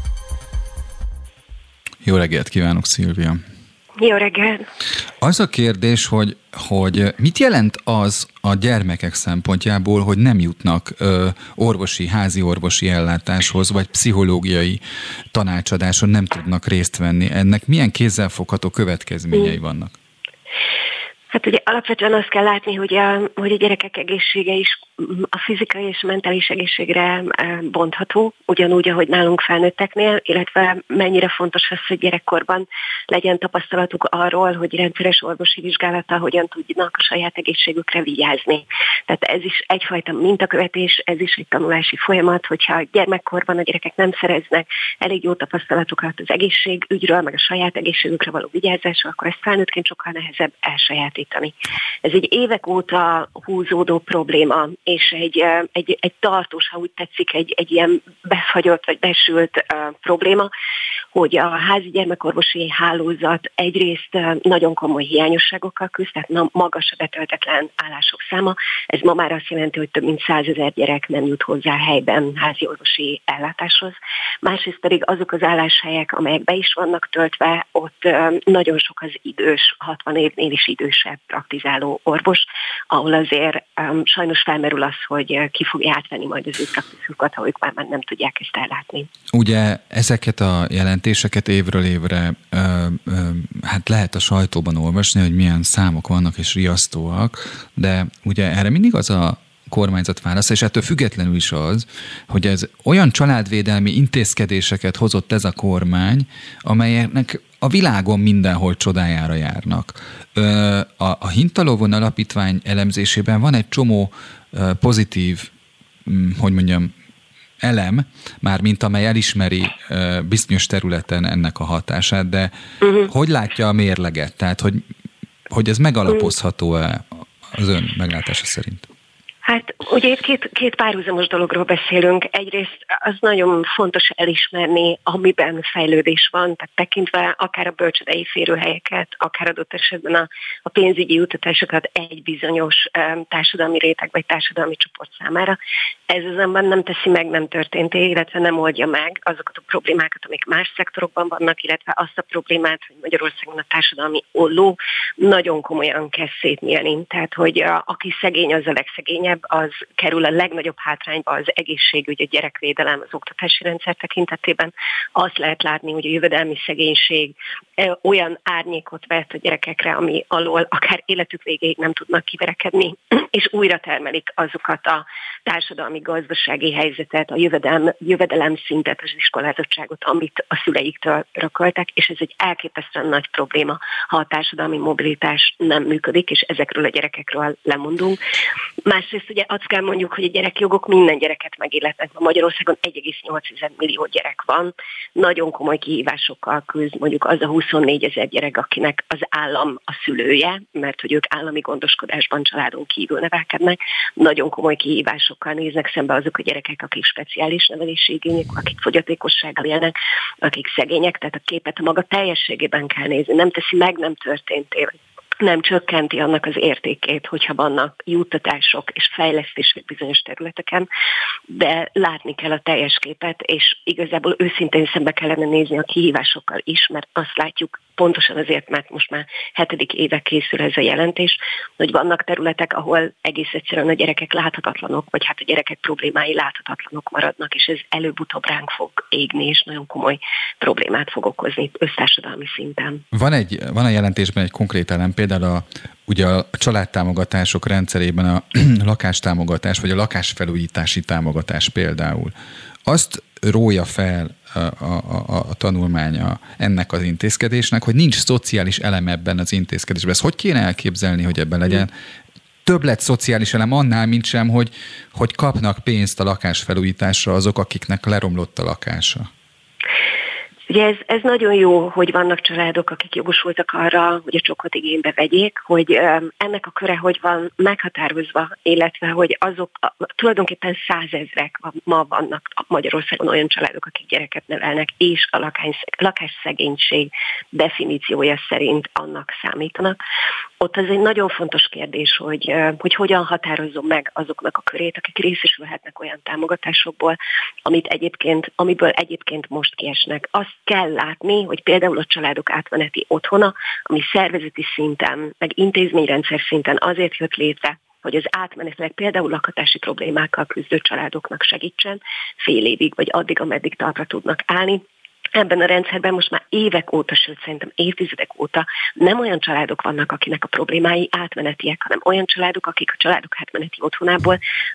Jó reggelt kívánok, Szilvia! Jó reggelt! Az a kérdés, hogy mit jelent az a gyermekek szempontjából, hogy nem jutnak házi orvosi ellátáshoz, vagy pszichológiai tanácsadáson nem tudnak részt venni. Ennek milyen kézzelfogható következményei vannak? Hát ugye alapvetően azt kell látni, hogy a gyerekek egészsége is a fizikai és mentális egészségre bontható, ugyanúgy, ahogy nálunk felnőtteknél, illetve mennyire fontos az, hogy gyerekkorban legyen tapasztalatuk arról, hogy rendszeres orvosi vizsgálattal hogyan tudnak a saját egészségükre vigyázni. Tehát ez is egyfajta mintakövetés, ez is egy tanulási folyamat, hogyha gyermekkorban a gyerekek nem szereznek elég jó tapasztalatokat az egészségügyről, meg a saját egészségükre való vigyázásról, akkor ezt felnőttként sokkal nehezebb elsajátítani. Ez egy évek óta húzódó probléma, és egy tartós, ha úgy tetszik, egy ilyen befagyott vagy besült probléma, hogy a házi gyermekorvosi hálózat egyrészt nagyon komoly hiányosságokkal küzd, tehát magas a betöltetlen állások száma. Ez ma már azt jelenti, hogy több mint 100 000 gyerek nem jut hozzá helyben házi orvosi ellátáshoz. Másrészt pedig azok az álláshelyek, amelyek be is vannak töltve, ott nagyon sok az idős, 60 évnél is idősebb praktizáló orvos, ahol azért sajnos felmerül az, hogy ki fogja átvenni majd az ő praxisukat, ha ők már nem tudják ezt ellátni. Ugye ezeket a jelentéseket évről évre hát lehet a sajtóban olvasni, hogy milyen számok vannak és riasztóak, de ugye erre mindig az a kormányzat válasz, és ettől függetlenül is az, hogy ez olyan családvédelmi intézkedéseket hozott ez a kormány, amelyeknek a világon mindenhol csodájára járnak. A Hintalovon Alapítvány elemzésében van egy csomó pozitív, elem, mármint amely elismeri bizonyos területen ennek a hatását, de hogy látja a mérleget? Tehát, hogy ez megalapozható-e az ön meglátása szerint? Hát ugye itt két párhuzamos dologról beszélünk. Egyrészt az nagyon fontos elismerni, amiben fejlődés van, tehát tekintve akár a bölcsődei férőhelyeket, akár adott esetben a pénzügyi juttatásokat egy bizonyos társadalmi réteg vagy társadalmi csoport számára. Ez azonban nem teszi meg, nem történt, illetve nem oldja meg azokat a problémákat, amik más szektorokban vannak, illetve azt a problémát, hogy Magyarországon a társadalmi olló nagyon komolyan kezd szétnyílni. Tehát, hogy aki szegény, az a legszegényebb, az kerül a legnagyobb hátrányba az egészségügy, a gyerekvédelem, az oktatási rendszer tekintetében. Azt lehet látni, hogy a jövedelmi szegénység olyan árnyékot vet a gyerekekre, ami alól akár életük végéig nem tudnak kiverekedni, és újra termelik azokat a társadalmi, gazdasági helyzetet, a jövedelem szintet, az iskolázottságot, amit a szüleiktől örököltek, és ez egy elképesztően nagy probléma, ha a társadalmi mobilitás nem működik, és ezekről a gyerekekről lemondunk. Másrészt ugye azt kell mondjuk, hogy a gyerekjogok minden gyereket megilletnek. Magyarországon 1,8 millió gyerek van. Nagyon komoly kihívásokkal küzd mondjuk az a 24 000 gyerek, akinek az állam a szülője, mert hogy ők állami gondoskodásban családon kívül nevelkednek. Nagyon komoly kihívásokkal néznek szembe azok a gyerekek, akik speciális nevelési igények, akik fogyatékossággal élnek, akik szegények, tehát a képet a maga teljességében kell nézni. Nem teszi meg, nem történtél. Nem csökkenti annak az értékét, hogyha vannak juttatások és fejlesztések bizonyos területeken, de látni kell a teljes képet, és igazából őszintén szembe kellene nézni a kihívásokkal is, mert azt látjuk pontosan azért, mert most már 7. éve készül ez a jelentés, hogy vannak területek, ahol egész egyszerűen a gyerekek láthatatlanok, vagy hát a gyerekek problémái láthatatlanok maradnak, és ez előbb-utóbb ránk fog égni, és nagyon komoly problémát fog okozni össztársadalmi szinten. Van a jelentésben egy konkrét elem, például ugye a családtámogatások rendszerében a lakástámogatás, vagy a lakásfelújítási támogatás például. Azt rója fel a tanulmánya ennek az intézkedésnek, hogy nincs szociális elem ebben az intézkedésben. Ezt hogy kéne elképzelni, hogy ebben legyen többlet szociális elem annál, mint sem, hogy kapnak pénzt a lakásfelújításra azok, akiknek leromlott a lakása? Ugye ez nagyon jó, hogy vannak családok, akik jogosultak arra, hogy a csokot igénybe vegyék, hogy ennek a köre hogy van meghatározva, illetve hogy azok tulajdonképpen 100 000 ma vannak Magyarországon olyan családok, akik gyereket nevelnek, és a lakásszegénység definíciója szerint annak számítanak. Ott az egy nagyon fontos kérdés, hogy hogyan határozzon meg azoknak a körét, akik részesülhetnek olyan támogatásokból, amiből egyébként most kiesnek. Azt kell látni, hogy például a családok átmeneti otthona, ami szervezeti szinten, meg intézményrendszer szinten azért jött létre, hogy az átmenetileg például lakhatási problémákkal küzdő családoknak segítsen fél évig, vagy addig, ameddig talpra tudnak állni. Ebben a rendszerben most már évek óta, sőt szerintem évtizedek óta nem olyan családok vannak, akinek a problémái átmenetiek, hanem olyan családok, akik a családok átmeneti otthonából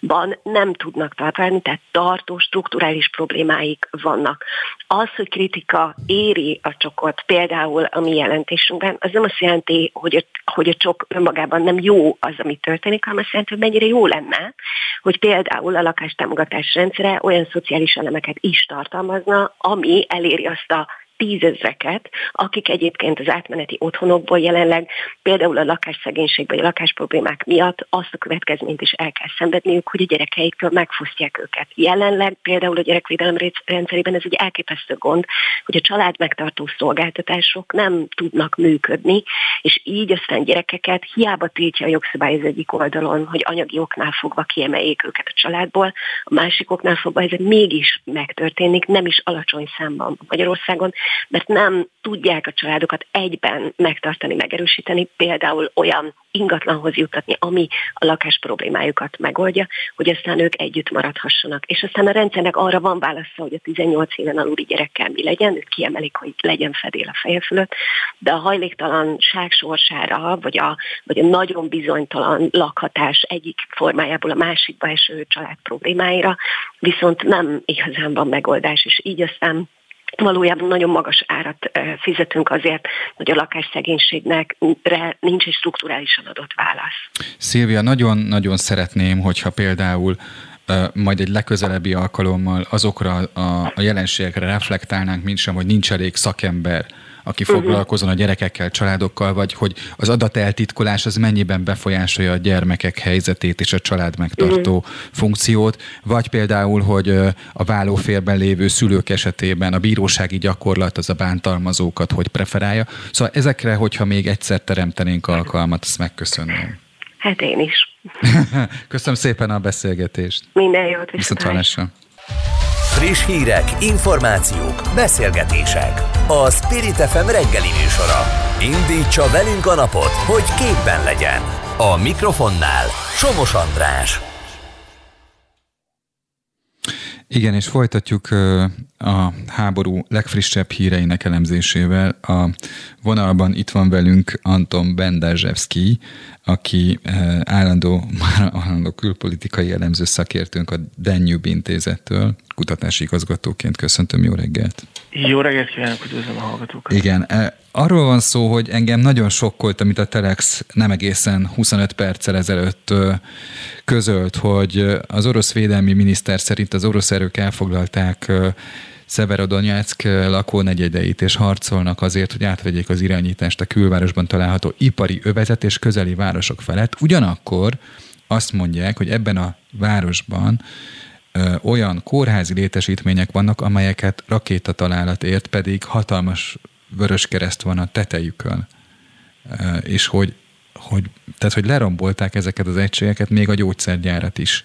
nem tudnak találni, tehát tartós, strukturális problémáik vannak. Az, hogy kritika éri a csokot, például a mi jelentésünkben, az nem azt jelenti, hogy a csok önmagában nem jó az, ami történik, hanem azt jelenti, hogy mennyire jó lenne, hogy például a lakástámogatás rendszere olyan szociális elemeket is tartalmazna, ami eléri azt a 10 000-eket, akik egyébként az átmeneti otthonokból jelenleg például a lakásszegénység vagy a lakásproblémák miatt azt a következményt is el kell szenvedniük, hogy a gyerekeiktől megfosztják őket. Jelenleg például a gyerekvédelem rendszerében ez egy elképesztő gond, hogy a családmegtartó szolgáltatások nem tudnak működni, és így aztán gyerekeket hiába tiltja a jogszabály az egyik oldalon, hogy anyagi oknál fogva kiemeljék őket a családból, a másik oknál fogva ez mégis megtörténik, nem is alacsony számban Magyarországon, mert nem tudják a családokat egyben megtartani, megerősíteni, például olyan ingatlanhoz juttatni, ami a lakás problémájukat megoldja, hogy aztán ők együtt maradhassanak. És aztán a rendszernek arra van válasza, hogy a 18 éven aluli gyerekkel mi legyen, ők kiemelik, hogy legyen fedél a feje fölött, de a hajléktalanság sorsára, vagy a nagyon bizonytalan lakhatás egyik formájából a másikba eső család problémáira viszont nem igazán van megoldás, és így aztán valójában nagyon magas árat fizetünk azért, hogy a lakásszegénységnek nincs egy strukturálisan adott válasz. Szilvia, nagyon-nagyon szeretném, hogyha például majd egy legközelebbi alkalommal azokra a jelenségekre reflektálnánk, mintsem, hogy nincs elég szakember, aki foglalkozon a gyerekekkel, családokkal, vagy hogy az adateltitkolás az mennyiben befolyásolja a gyermekek helyzetét és a családmegtartó funkciót, vagy például, hogy a válóférben lévő szülők esetében a bírósági gyakorlat az a bántalmazókat hogy preferálja. Szóval ezekre, hogyha még egyszer teremtenénk alkalmat, azt megköszönném. Hát én is. Köszönöm szépen a beszélgetést. Minden jót. Viszontlátásra. Friss hírek, információk, beszélgetések. A Spirit FM reggeli műsora. Indítsa velünk a napot, hogy képben legyen. A mikrofonnál Somos András. Igen, és folytatjuk a háború legfrissebb híreinek elemzésével. A vonalban itt van velünk Anton Bendazsevszkij, aki állandó külpolitikai elemző szakértőnk a Danube Intézettől, kutatási igazgatóként. Köszöntöm, jó reggelt! Jó reggelt kívánok, üdvözlöm a hallgatókat! Igen, arról van szó, hogy engem nagyon sokkolt, amit a Telex nem egészen 25 perccel ezelőtt közölt, hogy az orosz védelmi miniszter szerint az orosz erők elfoglalták Szeverodonyeck lakónegyedeit, és harcolnak azért, hogy átvegyék az irányítást a külvárosban található ipari övezet és közeli városok felett. Ugyanakkor azt mondják, hogy ebben a városban olyan kórházi létesítmények vannak, amelyeket rakétatalálat ért, pedig hatalmas vöröskereszt van a tetejükön. És hogy lerombolták ezeket az egységeket, még a gyógyszergyárat is.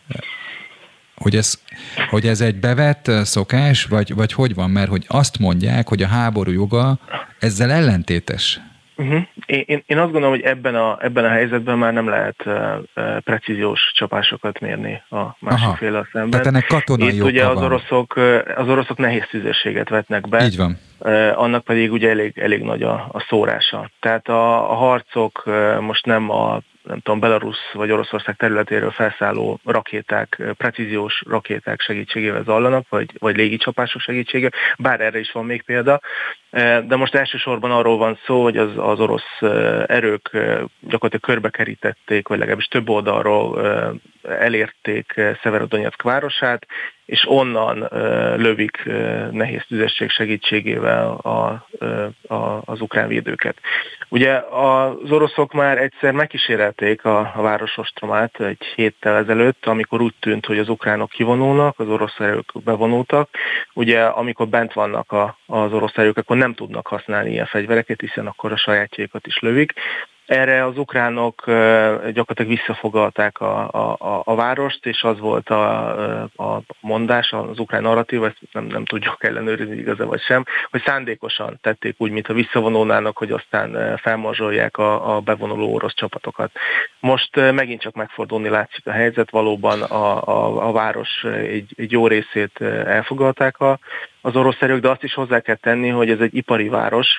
Hogy ez egy bevett szokás, vagy hogy van? Mert hogy azt mondják, hogy a háború joga ezzel ellentétes. Én azt gondolom, hogy ebben a helyzetben már nem lehet precíziós csapásokat mérni a másik féllel szemben. Tehát ennek katonai itt ugye az oroszok nehéz tüzérséget vetnek be. Így van. Annak pedig ugye elég nagy a szórása. Tehát a harcok most nem Belarusz vagy Oroszország területéről felszálló rakéták, precíziós rakéták segítségével zajlanak, vagy légicsapások segítségével, bár erre is van még példa. De most elsősorban arról van szó, hogy az orosz erők gyakorlatilag körbekerítették, vagy legalábbis több oldalról elérték Szeverodonyeck városát, és onnan lövik nehéz tüzesség segítségével az ukrán védőket. Ugye az oroszok már egyszer megkísérelték a város ostromát egy héttel ezelőtt, amikor úgy tűnt, hogy az ukránok kivonulnak, az orosz erők bevonultak. Ugye amikor bent vannak az orosz erők, akkor nem tudnak használni ilyen fegyvereket, hiszen akkor a sajátjaikat is lövik. Erre az ukránok gyakorlatilag visszafoglalták a várost, és az volt a mondás, az ukrán narratíva, ezt nem tudjuk ellenőrizni igaz-e vagy sem, hogy szándékosan tették úgy, mintha visszavonulnának, hogy aztán felmorzsolják a bevonuló orosz csapatokat. Most megint csak megfordulni látszik a helyzet, valóban a város egy jó részét elfoglalták az orosz erők, de azt is hozzá kell tenni, hogy ez egy ipari város.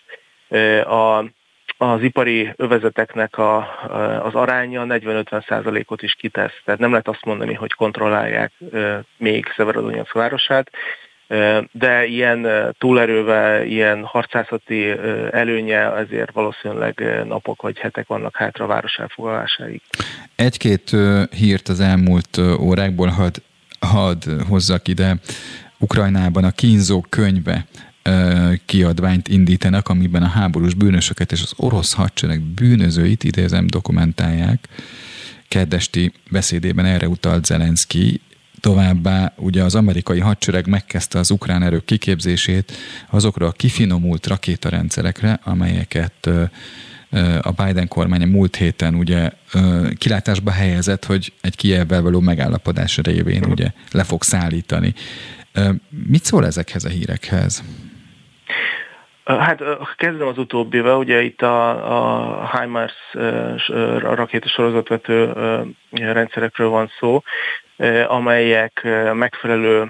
Az ipari övezeteknek az aránya 40-50%-ot is kitesz. Tehát nem lehet azt mondani, hogy kontrollálják még Szeverodonyeck városát, de ilyen túlerővel, ilyen harcászati előnye ezért valószínűleg napok vagy hetek vannak hátra a város elfoglalásáig. Egy-két hírt az elmúlt órákból hadd hozzak ide. Ukrajnában a Kínzó könyve kiadványt indítanak, amiben a háborús bűnösöket és az orosz hadsereg bűnözőit, idézem, dokumentálják. Keddesti beszédében erre utalt Zelenszkij. Továbbá ugye az amerikai hadsereg megkezdte az ukrán erők kiképzését azokra a kifinomult rakétarendszerekre, amelyeket a Biden kormány múlt héten ugye kilátásba helyezett, hogy egy Kijevvel való megállapodás révén ugye le fog szállítani. Mit szól ezekhez a hírekhez? Hát kezdem az utóbbival, ugye itt a HIMARS rakétasorozatvető rendszerekről van szó, amelyek megfelelő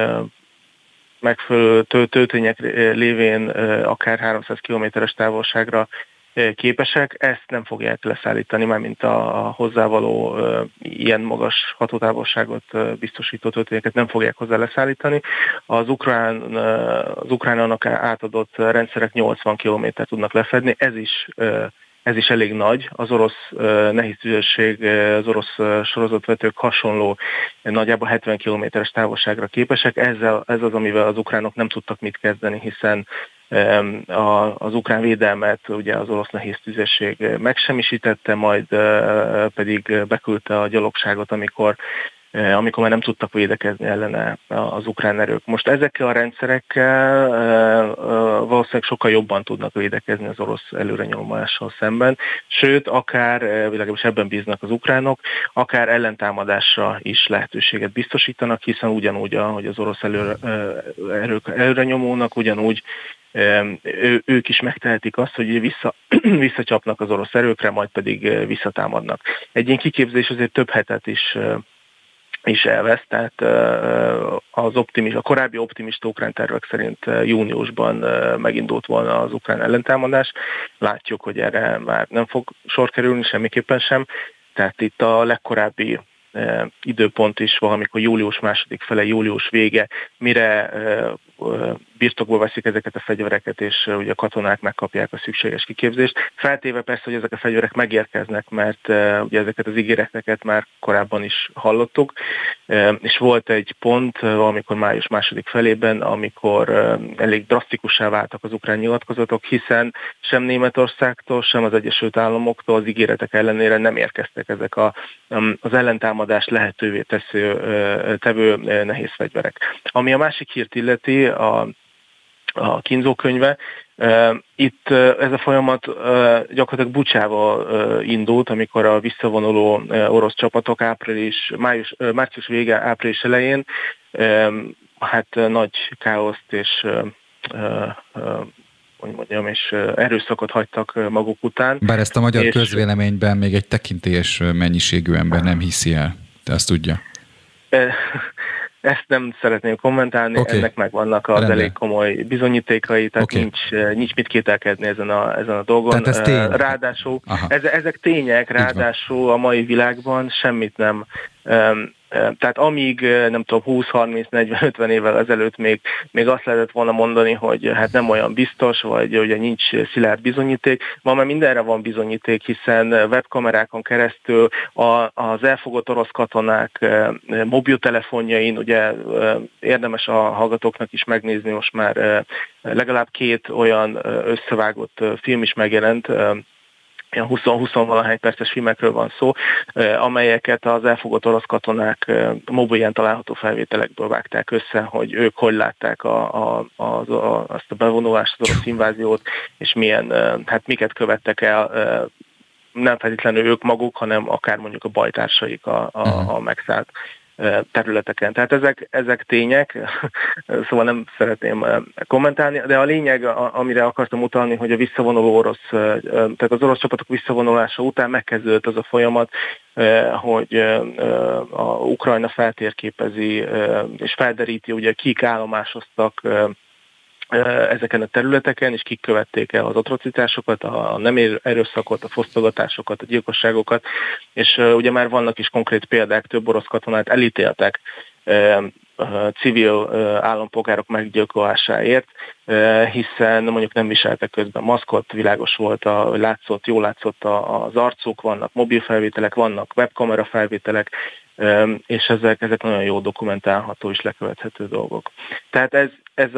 töltények lévén akár 300 kilométeres távolságra képesek, ezt nem fogják leszállítani, mármint a hozzávaló ilyen magas hatótávolságot biztosító töltényeket nem fogják hozzá leszállítani. Az ukránának átadott rendszerek 80 kilométert tudnak lefedni, ez is elég nagy. Az orosz nehéztüzesség, az orosz sorozatvetők hasonló, nagyjából 70 kilométeres távolságra képesek. Ez az, amivel az ukránok nem tudtak mit kezdeni, hiszen az ukrán védelmet ugye az orosz nehéztüzesség megsemmisítette, majd pedig beküldte a gyalogságot, amikor már nem tudtak védekezni ellene az ukrán erők. Most ezekkel a rendszerekkel valószínűleg sokkal jobban tudnak védekezni az orosz előrenyomással szemben, sőt, akár, legalábbis ebben bíznak az ukránok, akár ellentámadásra is lehetőséget biztosítanak, hiszen ugyanúgy, ahogy az orosz erők előrenyomónak, ugyanúgy ők is megtehetik azt, hogy visszacsapnak az orosz erőkre, majd pedig visszatámadnak. Egy ilyen kiképzés azért több hetet is is elvesz, tehát a korábbi optimista ukrán tervek szerint júniusban megindult volna az ukrán ellentámadás. Látjuk, hogy erre már nem fog sor kerülni semmiképpen sem, tehát itt a legkorábbi időpont is valamikor július második fele, július vége, mire birtokba veszik ezeket a fegyvereket, és ugye a katonák megkapják a szükséges kiképzést. Feltéve persze, hogy ezek a fegyverek megérkeznek, mert ugye ezeket az ígéreteket már korábban is hallottuk, és volt egy pont, valamikor május második felében, amikor elég drasztikussá váltak az ukrán nyilatkozatok, hiszen sem Németországtól, sem az Egyesült Államoktól az ígéretek ellenére nem érkeztek ezek az ellentámadást lehetővé tevő nehéz fegyverek. Ami a másik hírt illeti, a kínzókönyve. Itt ez a folyamat gyakorlatilag Bucsával indult, amikor a visszavonuló orosz csapatok március vége, április elején hát nagy káoszt és és erőszakot hagytak maguk után. Bár ezt a magyar közvéleményben még egy tekintélyes mennyiségű ember nem hiszi el. Te azt tudja. Ezt nem szeretném kommentálni, ennek megvannak az elég komoly bizonyítékai, tehát nincs mit kételkedni ezen a dolgon. Ráadásul ezek tények, ráadásul a mai világban semmit nem. Tehát amíg, nem tudom, 20-30-40-50 évvel ezelőtt még azt lehetett volna mondani, hogy hát nem olyan biztos, vagy ugye nincs szilárd bizonyíték. Ma már mindenre van bizonyíték, hiszen webkamerákon keresztül az elfogott orosz katonák mobiltelefonjain, ugye érdemes a hallgatóknak is megnézni, most már legalább 2 olyan összevágott film is megjelent, ilyen 20-valahány perces filmekről van szó, amelyeket az elfogott orosz katonák mobilján található felvételekből vágták össze, hogy ők hogy látták azt a bevonulást, az orosz inváziót, és miket követtek el, nem feltétlenül ők maguk, hanem akár mondjuk a bajtársaik a megszállt területeken. Tehát ezek tények, szóval nem szeretném kommentálni, de a lényeg, amire akartam utalni, hogy a visszavonuló tehát az orosz csapatok visszavonulása után megkezdődött az a folyamat, hogy a Ukrajna feltérképezi és felderíti, ugye kik állomásoztak ezeken a területeken, és kik követték el az atrocitásokat, a nem erőszakot, a fosztogatásokat, a gyilkosságokat, és ugye már vannak is konkrét példák, több orosz katonát elítéltek civil állampolgárok meggyilkolásáért, hiszen mondjuk nem viseltek közben maszkot, világos volt, jól látszott az arcuk, vannak mobilfelvételek, vannak webkamera felvételek, és ezek nagyon jó dokumentálható és lekövethető dolgok. Tehát ez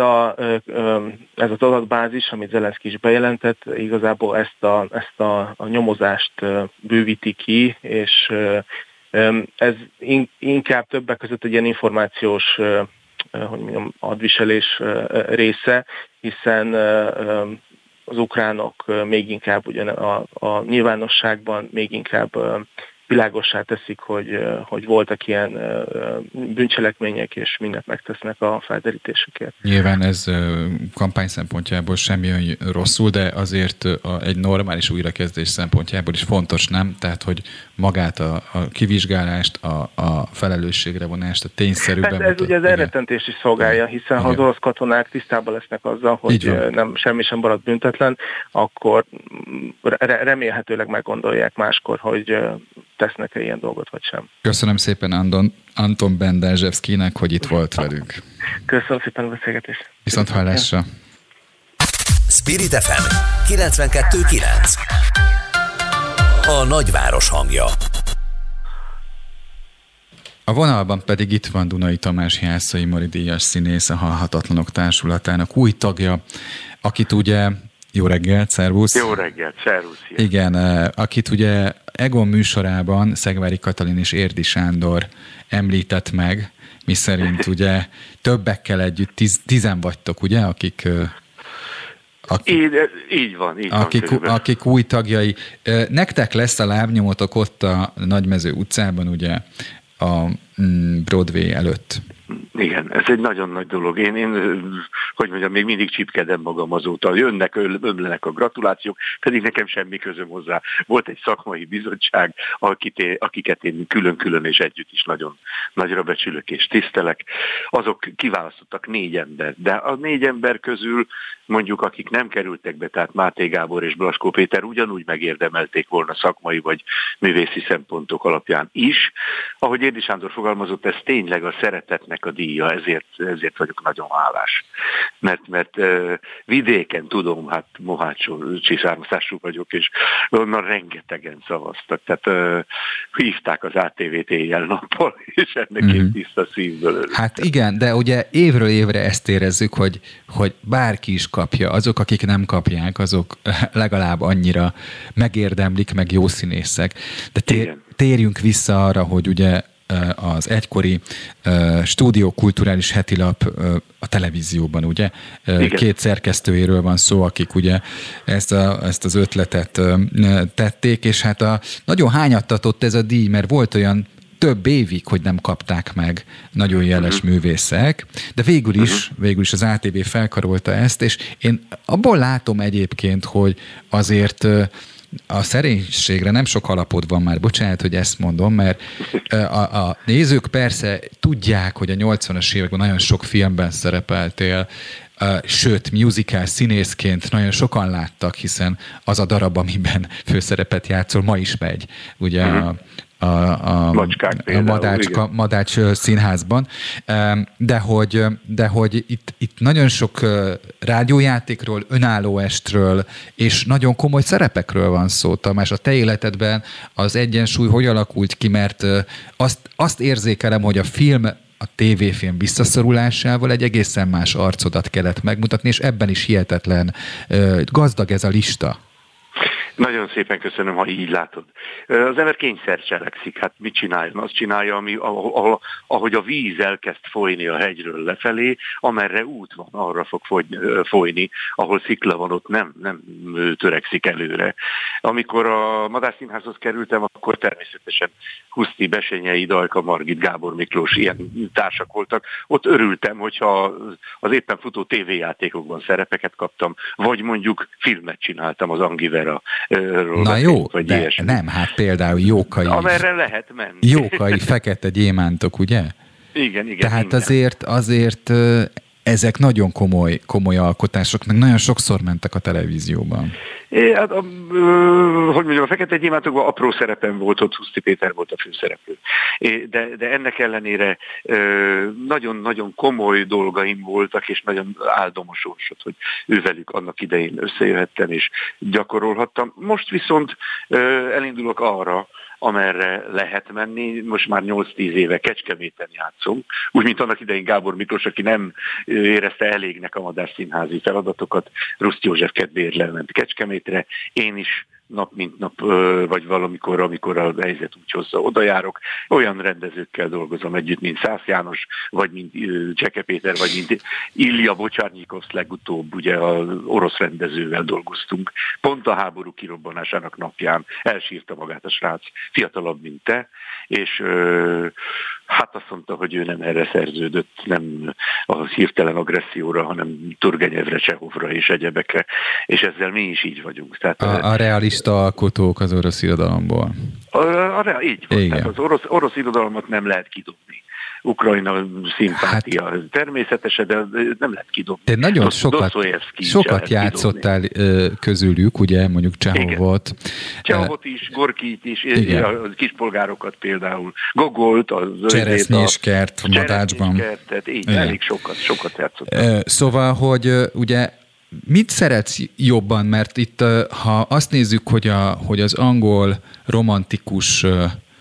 az adatbázis, amit Zelenszky is bejelentett, igazából ezt a nyomozást bővíti ki, és ez inkább többek között egy ilyen információs hadviselés része, hiszen az ukránok még inkább a nyilvánosságban még inkább világossá teszik, hogy voltak ilyen bűncselekmények, és mindent megtesznek a felderítésekért. Nyilván ez kampány szempontjából semmi olyan rosszul, de azért egy normális újrakezdés szempontjából is fontos, nem? Tehát, hogy magát a kivizsgálást, a felelősségre vonást, a tényszerű bemutatást. Ez ugye az elrettentést is szolgálja, hiszen ha az orosz katonák tisztában lesznek azzal, hogy semmi sem marad büntetlen, akkor remélhetőleg meggondolják máskor, hogy tesznek-e ilyen dolgot, vagy sem. Köszönöm szépen Anton Benderzsevszkinek, hogy itt volt velünk. Köszönöm szépen a beszélgetést. Viszont hallásra. Spirit FM 92.9. A nagyváros hangja. A vonalban pedig itt van Dunai Tamás Jászai Mari díjas színész, a Halhatatlanok Társulatának új tagja, akit ugye jó reggelt, szervusz! Jó reggelt, szervusz! Igen, akit ugye Egon műsorában Szegvári Katalin és Érdi Sándor említett meg, miszerint ugye többekkel együtt 10 vagytok, ugye, így van. Akik új tagjai. Nektek lesz a lábnyomotok ott a Nagymező utcában, ugye a Broadway előtt. Igen, ez egy nagyon nagy dolog. Én hogy mondjam, még mindig csipkedem magam azóta. Jönnek, ömlenek a gratulációk, pedig nekem semmi közöm hozzá. Volt egy szakmai bizottság, akiket én külön-külön és együtt is nagyon nagyra becsülök és tisztelek. Azok kiválasztottak 4 ember, de a 4 ember közül mondjuk akik nem kerültek be, tehát Máté Gábor és Blaskó Péter ugyanúgy megérdemelték volna szakmai vagy művészi szempontok alapján is. Ahogy Érdi Sándor fogalmazott, ez tényleg a szeretetnek a díja, ezért vagyok nagyon hálás. Mert vidéken tudom, hát mohácsi származású vagyok, és onnan rengetegen szavaztak. Tehát hívták az ATV-t éjjel-nappal, és ennek én tiszta szívből örültem. Hát igen, de ugye évről évre ezt érezzük, hogy bárki is kapja, azok, akik nem kapják, azok legalább annyira megérdemlik, meg jó színészek. De térjünk vissza arra, hogy ugye az egykori Stúdió Kulturális Hetilap a televízióban, ugye? Igen. 2 szerkesztőjéről van szó, akik ugye ezt az ötletet tették, és hát nagyon hányattatott ez a díj, mert volt olyan több évig, hogy nem kapták meg nagyon jeles művészek, de végül is az ATV felkarolta ezt, és én abból látom egyébként, hogy azért a szerénységre nem sok alapod van már, bocsánat, hogy ezt mondom, mert a nézők persze tudják, hogy a 80-as években nagyon sok filmben szerepeltél, sőt, musical színészként nagyon sokan láttak, hiszen az a darab, amiben főszerepet játszol, ma is megy, ugye a Madács színházban, de hogy itt nagyon sok rádiójátékról, önálló estről és nagyon komoly szerepekről van szó. Tamás, a te életedben az egyensúly hogy alakult ki, mert azt érzékelem, hogy a tévéfilm visszaszorulásával egy egészen más arcodat kellett megmutatni, és ebben is hihetetlen gazdag ez a lista. Nagyon szépen köszönöm, ha így látod. Az ember kényszer cselekszik, hát mit csináljon? Azt csinálja, ahogy a víz elkezd folyni a hegyről lefelé, amerre út van, arra fog folyni, ahol szikla van, ott nem törekszik előre. Amikor a Madách Színházhoz kerültem, akkor természetesen Huszti, Besenyei, Dajka, Margit, Gábor Miklós, ilyen társak voltak. Ott örültem, hogyha az éppen futó tévéjátékokban szerepeket kaptam, vagy mondjuk filmet csináltam az Angivera. Na jó, de ilyesmi. Nem, hát például Jókai. Amerre lehet menni. Jókai fekete gyémántok, ugye? Igen. Tehát azért ezek nagyon komoly alkotások, meg nagyon sokszor mentek a televízióban. Hát, hogy mondjam, a Fekete Gyémántokban apró szerepem volt, ott Huszti Péter volt a főszereplő. De ennek ellenére nagyon-nagyon komoly dolgaim voltak, és nagyon áldomos sorsot, hogy ővelük annak idején összejöhettem, és gyakorolhattam. Most viszont elindulok arra, amerre lehet menni. Most már 8-10 éve Kecskeméten játszom. Úgy, mint annak idején Gábor Miklós, aki nem érezte elégnek a Madách színházi feladatokat, Ruszt József kedvéért lement Kecskemétre. Én is nap mint nap, vagy valamikor, amikor a helyzet úgy hozza, oda járok. Olyan rendezőkkel dolgozom együtt, mint Szász János, vagy mint Cseke Péter, vagy mint Ilja Bocsárnyikovsz legutóbb, ugye az orosz rendezővel dolgoztunk. Pont a háború kirobbanásának napján elsírta magát a srác, fiatalabb, mint te, és hát azt mondta, hogy ő nem erre szerződött, nem a hirtelen agresszióra, hanem Turgenyevre, Csehovra és egyebekre, és ezzel mi is így vagyunk. Tehát, a realista alkotók az orosz irodalomból. Így van, tehát az orosz irodalmat nem lehet kidobni. Ukrajna szimpátia természetesen, de nem lehet kidobni. Te nagyon sokat játszottál közülük, ugye, mondjuk Csehovot. Csehovot is, Gorkit is, a kispolgárokat például, Gogolt, Cseresznyéskert, Madácsban. Tehát így elég sokat játszottam. Szóval, hogy ugye mit szeretsz jobban, mert itt, ha azt nézzük, hogy az angol romantikus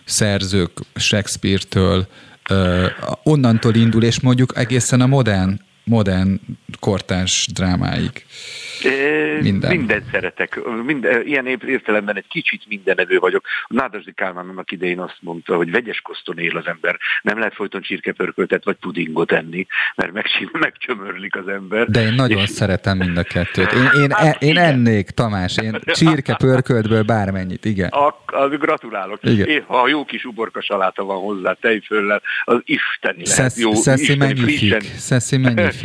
szerzők Shakespeare-től onnantól indul, és mondjuk egészen a modern modern kortárs drámáig. Mindent szeretek. Ilyen értelemben egy kicsit mindenevő vagyok. A Nádasdy Kálmán annak idején azt mondta, hogy vegyes koszton él az ember. Nem lehet folyton csirkepörköltet vagy pudingot enni, mert megcsömörlik az ember. De én nagyon szeretem mind a kettőt. Én ennék, Tamás, én csirkepörköltből bármennyit, igen. Gratulálok. Ha jó kis uborka saláta van hozzá, tejföllel, az isteni lehet. C'est magnifique. C'est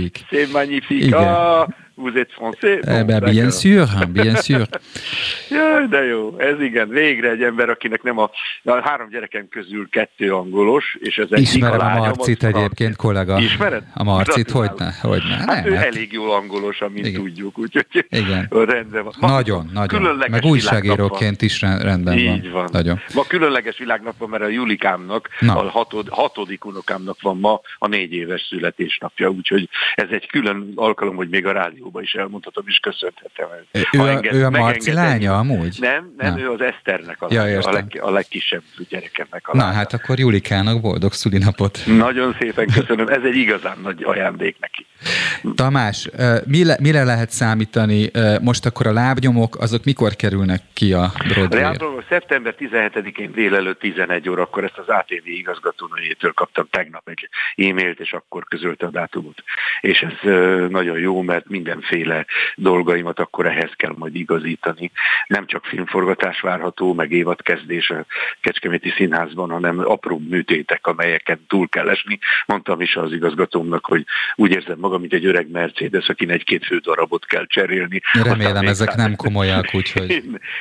magnifique. Vous êtes français? Bien sûr, bien sûr. Jaj, de jó, ez igen. Végre egy ember, akinek nem a 3 gyerekem közül 2 angolos, és ez egy ismerem a Marcit egyébként, kollega. Ismered? A Marcit, hogyne. Hát ő elég jól angolos, amint tudjuk, úgyhogy igen. Rendben van. Nagyon. Meg újságíróként is rendben van. Így van. Nagyon. Ma különleges világnap van, mert a Julikámnak, a 6. unokámnak van ma a 4 éves születésnapja, úgyhogy ez egy külön alkalom, hogy még a rádióban is elmondhatom, és köszönhetem. Ő a Marci lánya amúgy? Nem, ő az Eszternek a legkisebb gyerekemnek a lánya. Na, hát akkor Julikának boldog szülinapot. Nagyon szépen köszönöm, ez egy igazán nagy ajándék neki. Tamás, mire lehet számítani? Most akkor a lábnyomok, azok mikor kerülnek ki a Broadway-re? Szeptember 17-én délelőtt 11 órakor ezt az ATV igazgatónőjétől kaptam tegnap egy e-mailt, és akkor közölte a dátumot. És ez nagyon jó, mert mindenféle dolgaimat akkor ehhez kell majd igazítani. Nem csak filmforgatás várható, meg évadkezdés a Kecskeméti Színházban, hanem apró műtétek, amelyeken túl kell esni. Mondtam is az igazgatómnak, hogy úgy érzem magam, mint egy öreg Mercedes, akin 1-2 fődarabot kell cserélni. Remélem, ezek nem komolyak, úgyhogy...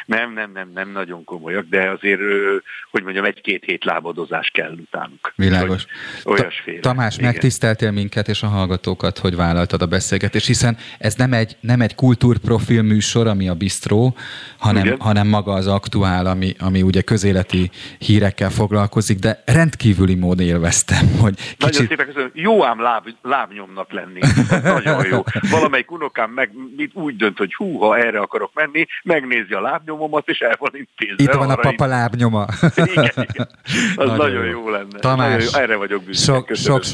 Nem nagyon komolyak, de azért, hogy mondjam, 1-2 hét lábadozás kell utánuk. Világos. Olyasféle. Tamás, megtiszteltél minket és a hallgatókat, hogy vállaltad a beszélgetést, hiszen ez nem egy kultúrprofil műsor, ami a bistró, hanem maga az aktuál, ami ugye közéleti hírekkel foglalkozik, de rendkívüli módon élveztem, hogy kicsit... Nagyon szépen köszönöm. Jó ám lábnyomnak lenni. Nagyon jó. Valamelyik unokám úgy dönt, hogy ha erre akarok menni, megnézi a lábnyomomat, és el van intézve. Itt van a papa lábnyoma. Igen. Az nagyon jó lenne. Tamás, erre vagyok büszke.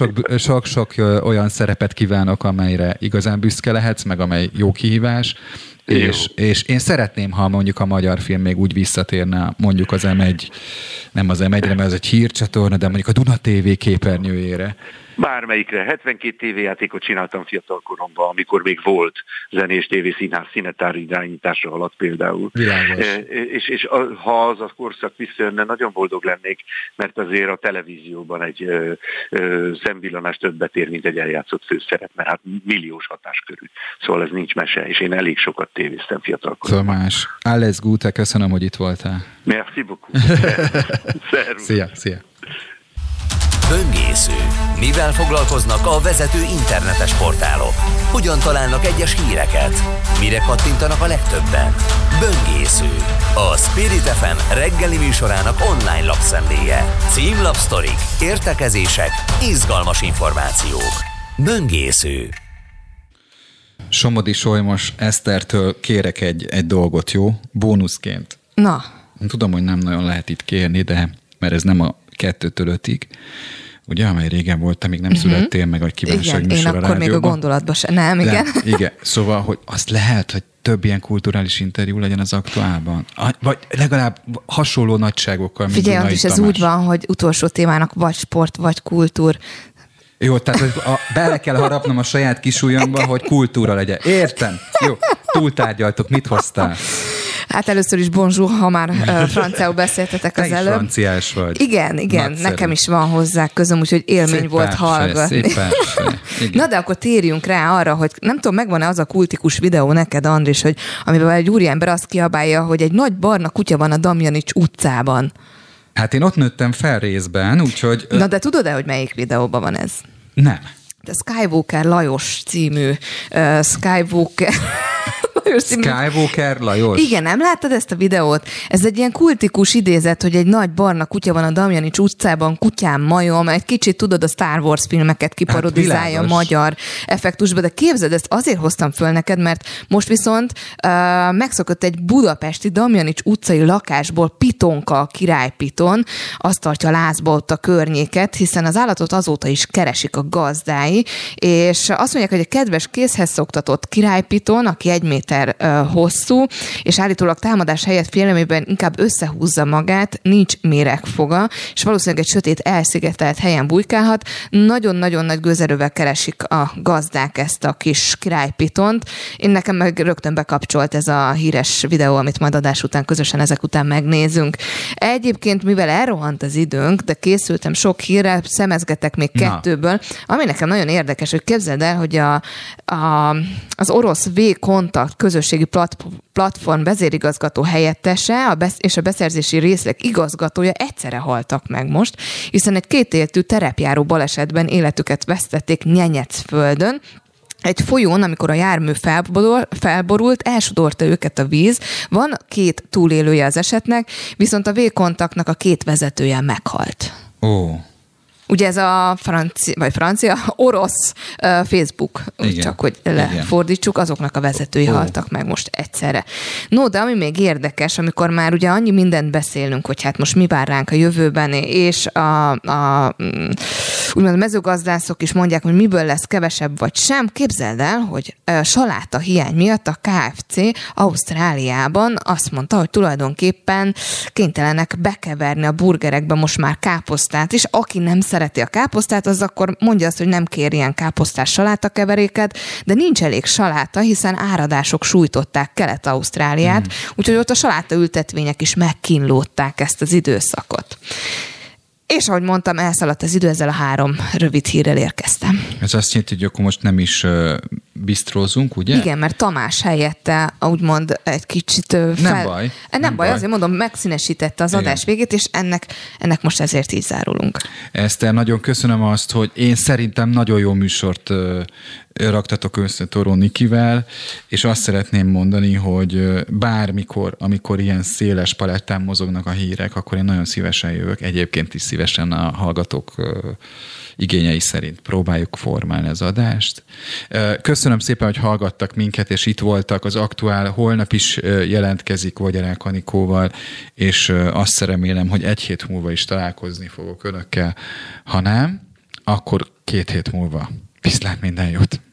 Sok olyan szerepet kívánok, amelyre igazán büszke lehetsz, meg amely jó kihívás. És én szeretném, ha mondjuk a magyar film még úgy visszatérne, mondjuk az M1, nem az M1-re, mert ez egy hírcsatorna, de mondjuk a Duna TV képernyőjére. Bármelyikre. 72 tévéjátékot csináltam fiatal koromban, amikor még volt zenés tévészínház színetár irányítása alatt például. És ha az a korszak visszajönne, nagyon boldog lennék, mert azért a televízióban egy szemvillanás többet ér, mint egy eljátszott főszerep, mert hát milliós hatáskörű. Szóval ez nincs mese, és én elég sokat tévéztem fiatal koromban. Tamás, alles Gute, köszönöm, hogy itt voltál. Merci beaucoup. Szia. Böngésző. Mivel foglalkoznak a vezető internetes portálok? Hogyan találnak egyes híreket? Mire kattintanak a legtöbben? Böngésző. A Spirit FM reggeli műsorának online lapszemléje. Címlapsztorik, értekezések, izgalmas információk. Böngésző. Somodi Solymos Esztertől kérek egy dolgot, jó? Bónuszként. Na. Tudom, hogy nem nagyon lehet itt kérni, de mert ez nem a 2-től 5-ig. Ugye, amely régen volt, amíg nem születtél meg, hogy kívánság műsor a rádióban. Én akkor még a gondolatban sem. Nem, igen. Igen. Szóval, hogy azt lehet, hogy több ilyen kulturális interjú legyen az aktuálban. Vagy legalább hasonló nagyságokkal, mint Figyelj, Dunai és Tamás. ez úgy van, hogy utolsó témának vagy sport, vagy kultúr. Jó, tehát hogy bele kell harapnom a saját kisujjamba, hogy kultúra legyen. Értem. Jó, túltárgyaltok. Mit hoztál? Hát először is bonjour, ha már franciául beszéltetek az előbb. Franciás vagy. Igen, nagyszerű. Nekem is van hozzá közöm, úgyhogy élmény volt hallgatni. Na de akkor térjünk rá arra, hogy nem tudom, megvan-e az a kultikus videó neked, Andris, hogy amiben egy úriember azt kiabálja, hogy egy nagy barna kutya van a Damjanics utcában. Hát én ott nőttem fel részben, úgyhogy... Na de tudod-e, hogy melyik videóban van ez? Nem. A Skywalker Lajos című Skywalker... Skywalker Lajos? Igen, nem láttad ezt a videót? Ez egy ilyen kultikus idézet, hogy egy nagy barna kutya van a Damjanics utcában, kutyám, majom, egy kicsit tudod a Star Wars filmeket kiparodizálja magyar effektusba, de képzeld, ezt azért hoztam föl neked, mert most viszont megszokott egy budapesti Damjanics utcai lakásból Pitonka, a királypiton, azt tartja lázba ott a környéket, hiszen az állatot azóta is keresik a gazdái, és azt mondják, hogy a kedves kézhez szoktatott királypiton, aki 1 méter hosszú, és állítólag támadás helyett félelmében inkább összehúzza magát, nincs méregfoga, és valószínűleg egy sötét elszigetelt helyen bujkálhat. Nagyon-nagyon nagy gőzerővel keresik a gazdák ezt a kis királypitont. Én nekem meg rögtön bekapcsolt ez a híres videó, amit majd adás után közösen ezek után megnézünk. Egyébként, mivel elrohant az időnk, de készültem sok hírrel, szemezgetek még 2-ből, ami nekem nagyon érdekes, hogy képzeld el, hogy az orosz V-Kontakt közösségi platform vezérigazgató helyettese és a beszerzési részleg igazgatója egyszerre haltak meg most, hiszen egy 2 életű terepjáró balesetben életüket vesztették Nyenyecföldön. Egy folyón, amikor a jármű felborult, elsodorta őket a víz. Van 2 túlélője az esetnek, viszont a V-Kontaktnak a 2 vezetője meghalt. Ugye ez a orosz Facebook, csak hogy lefordítsuk, azoknak a vezetői haltak meg most egyszerre. No, de ami még érdekes, amikor már ugye annyi mindent beszélünk, hogy hát most mi vár ránk a jövőben, és úgymond a mezőgazdászok is mondják, hogy miből lesz kevesebb vagy sem. Képzeld el, hogy saláta hiány miatt a KFC Ausztráliában azt mondta, hogy tulajdonképpen kénytelenek bekeverni a burgerekbe most már káposztát is. Aki nem szereti a káposztát, az akkor mondja azt, hogy nem kér ilyen káposztás salátakeveréket, de nincs elég saláta, hiszen áradások sújtották Kelet-Ausztráliát, úgyhogy ott a salátaültetvények is megkínlódták ezt az időszakot. És ahogy mondtam, elszaladt az idő, ezzel a 3 rövid hírrel érkeztem. Ez azt jelenti, hogy akkor most nem is bistrózunk, ugye? Igen, mert Tamás helyette, úgymond egy kicsit... Nem baj, azért mondom, megszínesítette az adás végét, és ennek most ezért így zárulunk. Eszter, nagyon köszönöm azt, hogy én szerintem nagyon jó műsort raktatok össze Toró Nikivel, és azt szeretném mondani, hogy bármikor, amikor ilyen széles palettán mozognak a hírek, akkor én nagyon szívesen jövök, egyébként is szívesen a hallgatók igényei szerint próbáljuk formálni az adást. Köszönöm szépen, hogy hallgattak minket, és itt voltak. Az Aktuál holnap is jelentkezik Vogyarák Anikóval, és azt remélem, hogy 1 hét múlva is találkozni fogok önökkel. Ha nem, akkor 2 hét múlva. Viszlát, minden jót!